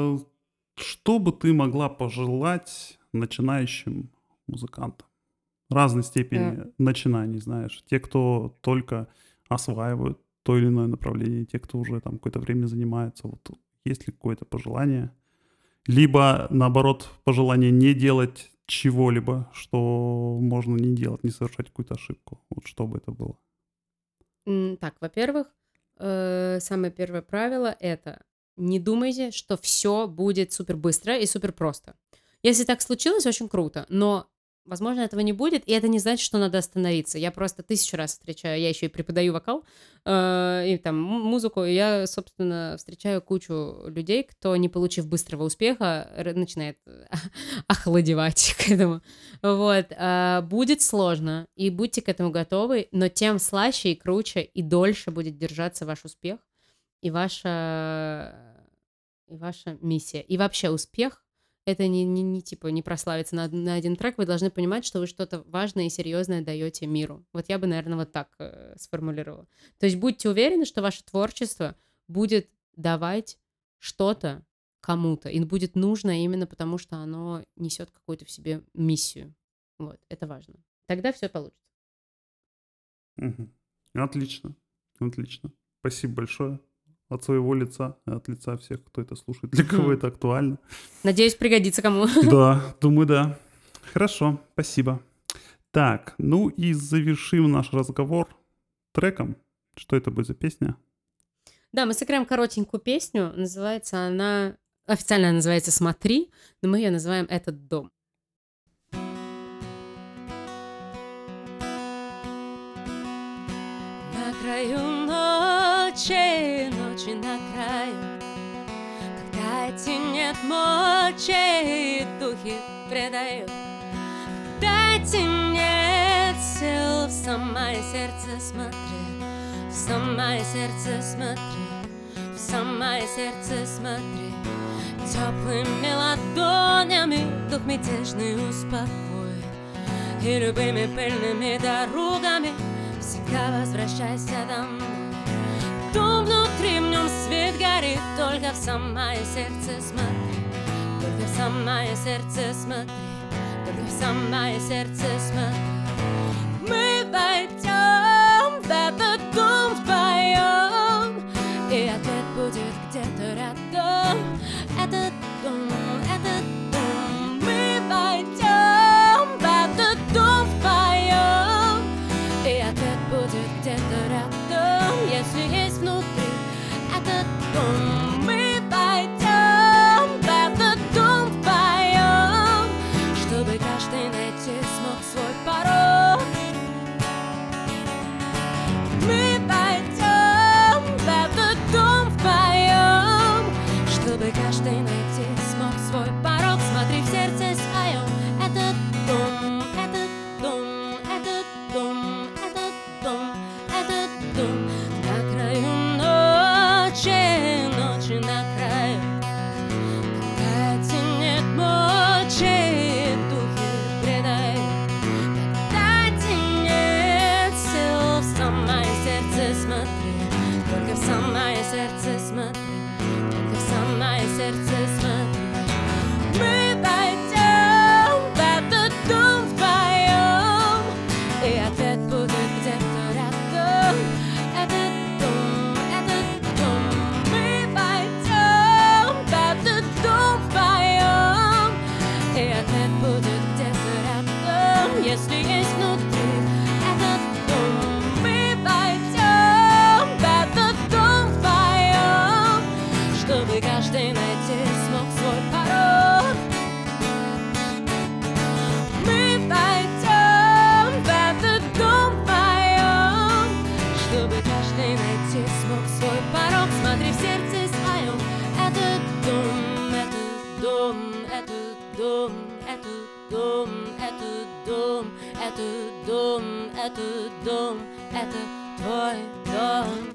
что бы ты могла пожелать начинающим музыкантам? Разной степени yeah. начинаний, знаешь. Те, кто только осваивают то или иное направление, те, кто уже там какое-то время занимается. Вот есть ли какое-то пожелание? Либо, наоборот, пожелание не делать чего-либо, что можно не делать, не совершать какую-то ошибку. Вот что бы это было? Так, во-первых, самое первое правило — это не думайте, что все будет супер быстро и супер просто. Если так случилось, очень круто, но, возможно, этого не будет, и это не значит, что надо остановиться. Я просто тысячу раз встречаю, я еще и преподаю вокал, э, и там музыку, и я, собственно, встречаю кучу людей, кто, не получив быстрого успеха, начинает охладевать к этому. Вот. Э, будет сложно, и будьте к этому готовы, но тем слаще и круче, и дольше будет держаться ваш успех, и ваша, и ваша миссия. И вообще успех — это не, не, не типа не прославиться на, на один трек, вы должны понимать, что вы что-то важное и серьезное даете миру. Вот я бы, наверное, вот так э, сформулировала. То есть будьте уверены, что ваше творчество будет давать что-то кому-то, и будет нужно именно потому, что оно несет какую-то в себе миссию. Вот, это важно. Тогда все получится. Угу. Отлично, отлично. Спасибо большое. От своего лица, от лица всех, кто это слушает, для кого это актуально. Надеюсь, пригодится кому. Да, думаю, да. Хорошо, спасибо. Так, ну и завершим наш разговор треком. Что это будет за песня? Да, мы сыграем коротенькую песню. Называется она... Официально она называется «Смотри», но мы ее называем «Этот дом». На краю ночи, ночи на краю, когда идти нет мочи, и духи предают, когда идти нет сел в самое сердце, смотри, в самое сердце, смотри, в самое сердце, смотри. Теплыми ладонями дух мятежный успокой, и любыми пыльными дорогами всегда возвращайся домой. Дом внутри, в нем свет горит, только в самое сердце смотри, только в самое сердце смотри, только в самое сердце смотри. Мы войдем в этот дом вдвоем, и ответ будет где-то рядом. Этот дом, этот дом. Мы войдем в этот дом вдвоем, и ответ будет где-то рядом, если есть внутри этот дом. Мы войдем в этот дом вдвоем, чтобы каждый найти смог свой порог. Мы войдем в этот дом вдвоем, чтобы каждый найти смог свой порог. Смотри в сердце своем. Этот дом, этот дом, этот дом, этот дом, этот дом. На краю ночи, ночи на краю, когда тянет мочи, духи предай, когда тянет сил, в самое сердце смотри, только в самое сердце смотри, только в самое сердце смотри. Мы войдем в этот дом вдвоем, и ответ будет где-то рядом. Этот дом, этот дом. Мы войдем в этот дом вдвоем, и ответ будет где-то рядом, если есть внутри этот дом. Мы войдем в этот дом вдвоем, чтобы каждый найти смог свой порог. Мы войдем в этот дом вдвоем, чтобы каждый найти смог свой порог. Смотри в сердце своем. Этот дом, этот дом, этот дом, этот дом, этот дом, этот дом, этот дом, это твой дом.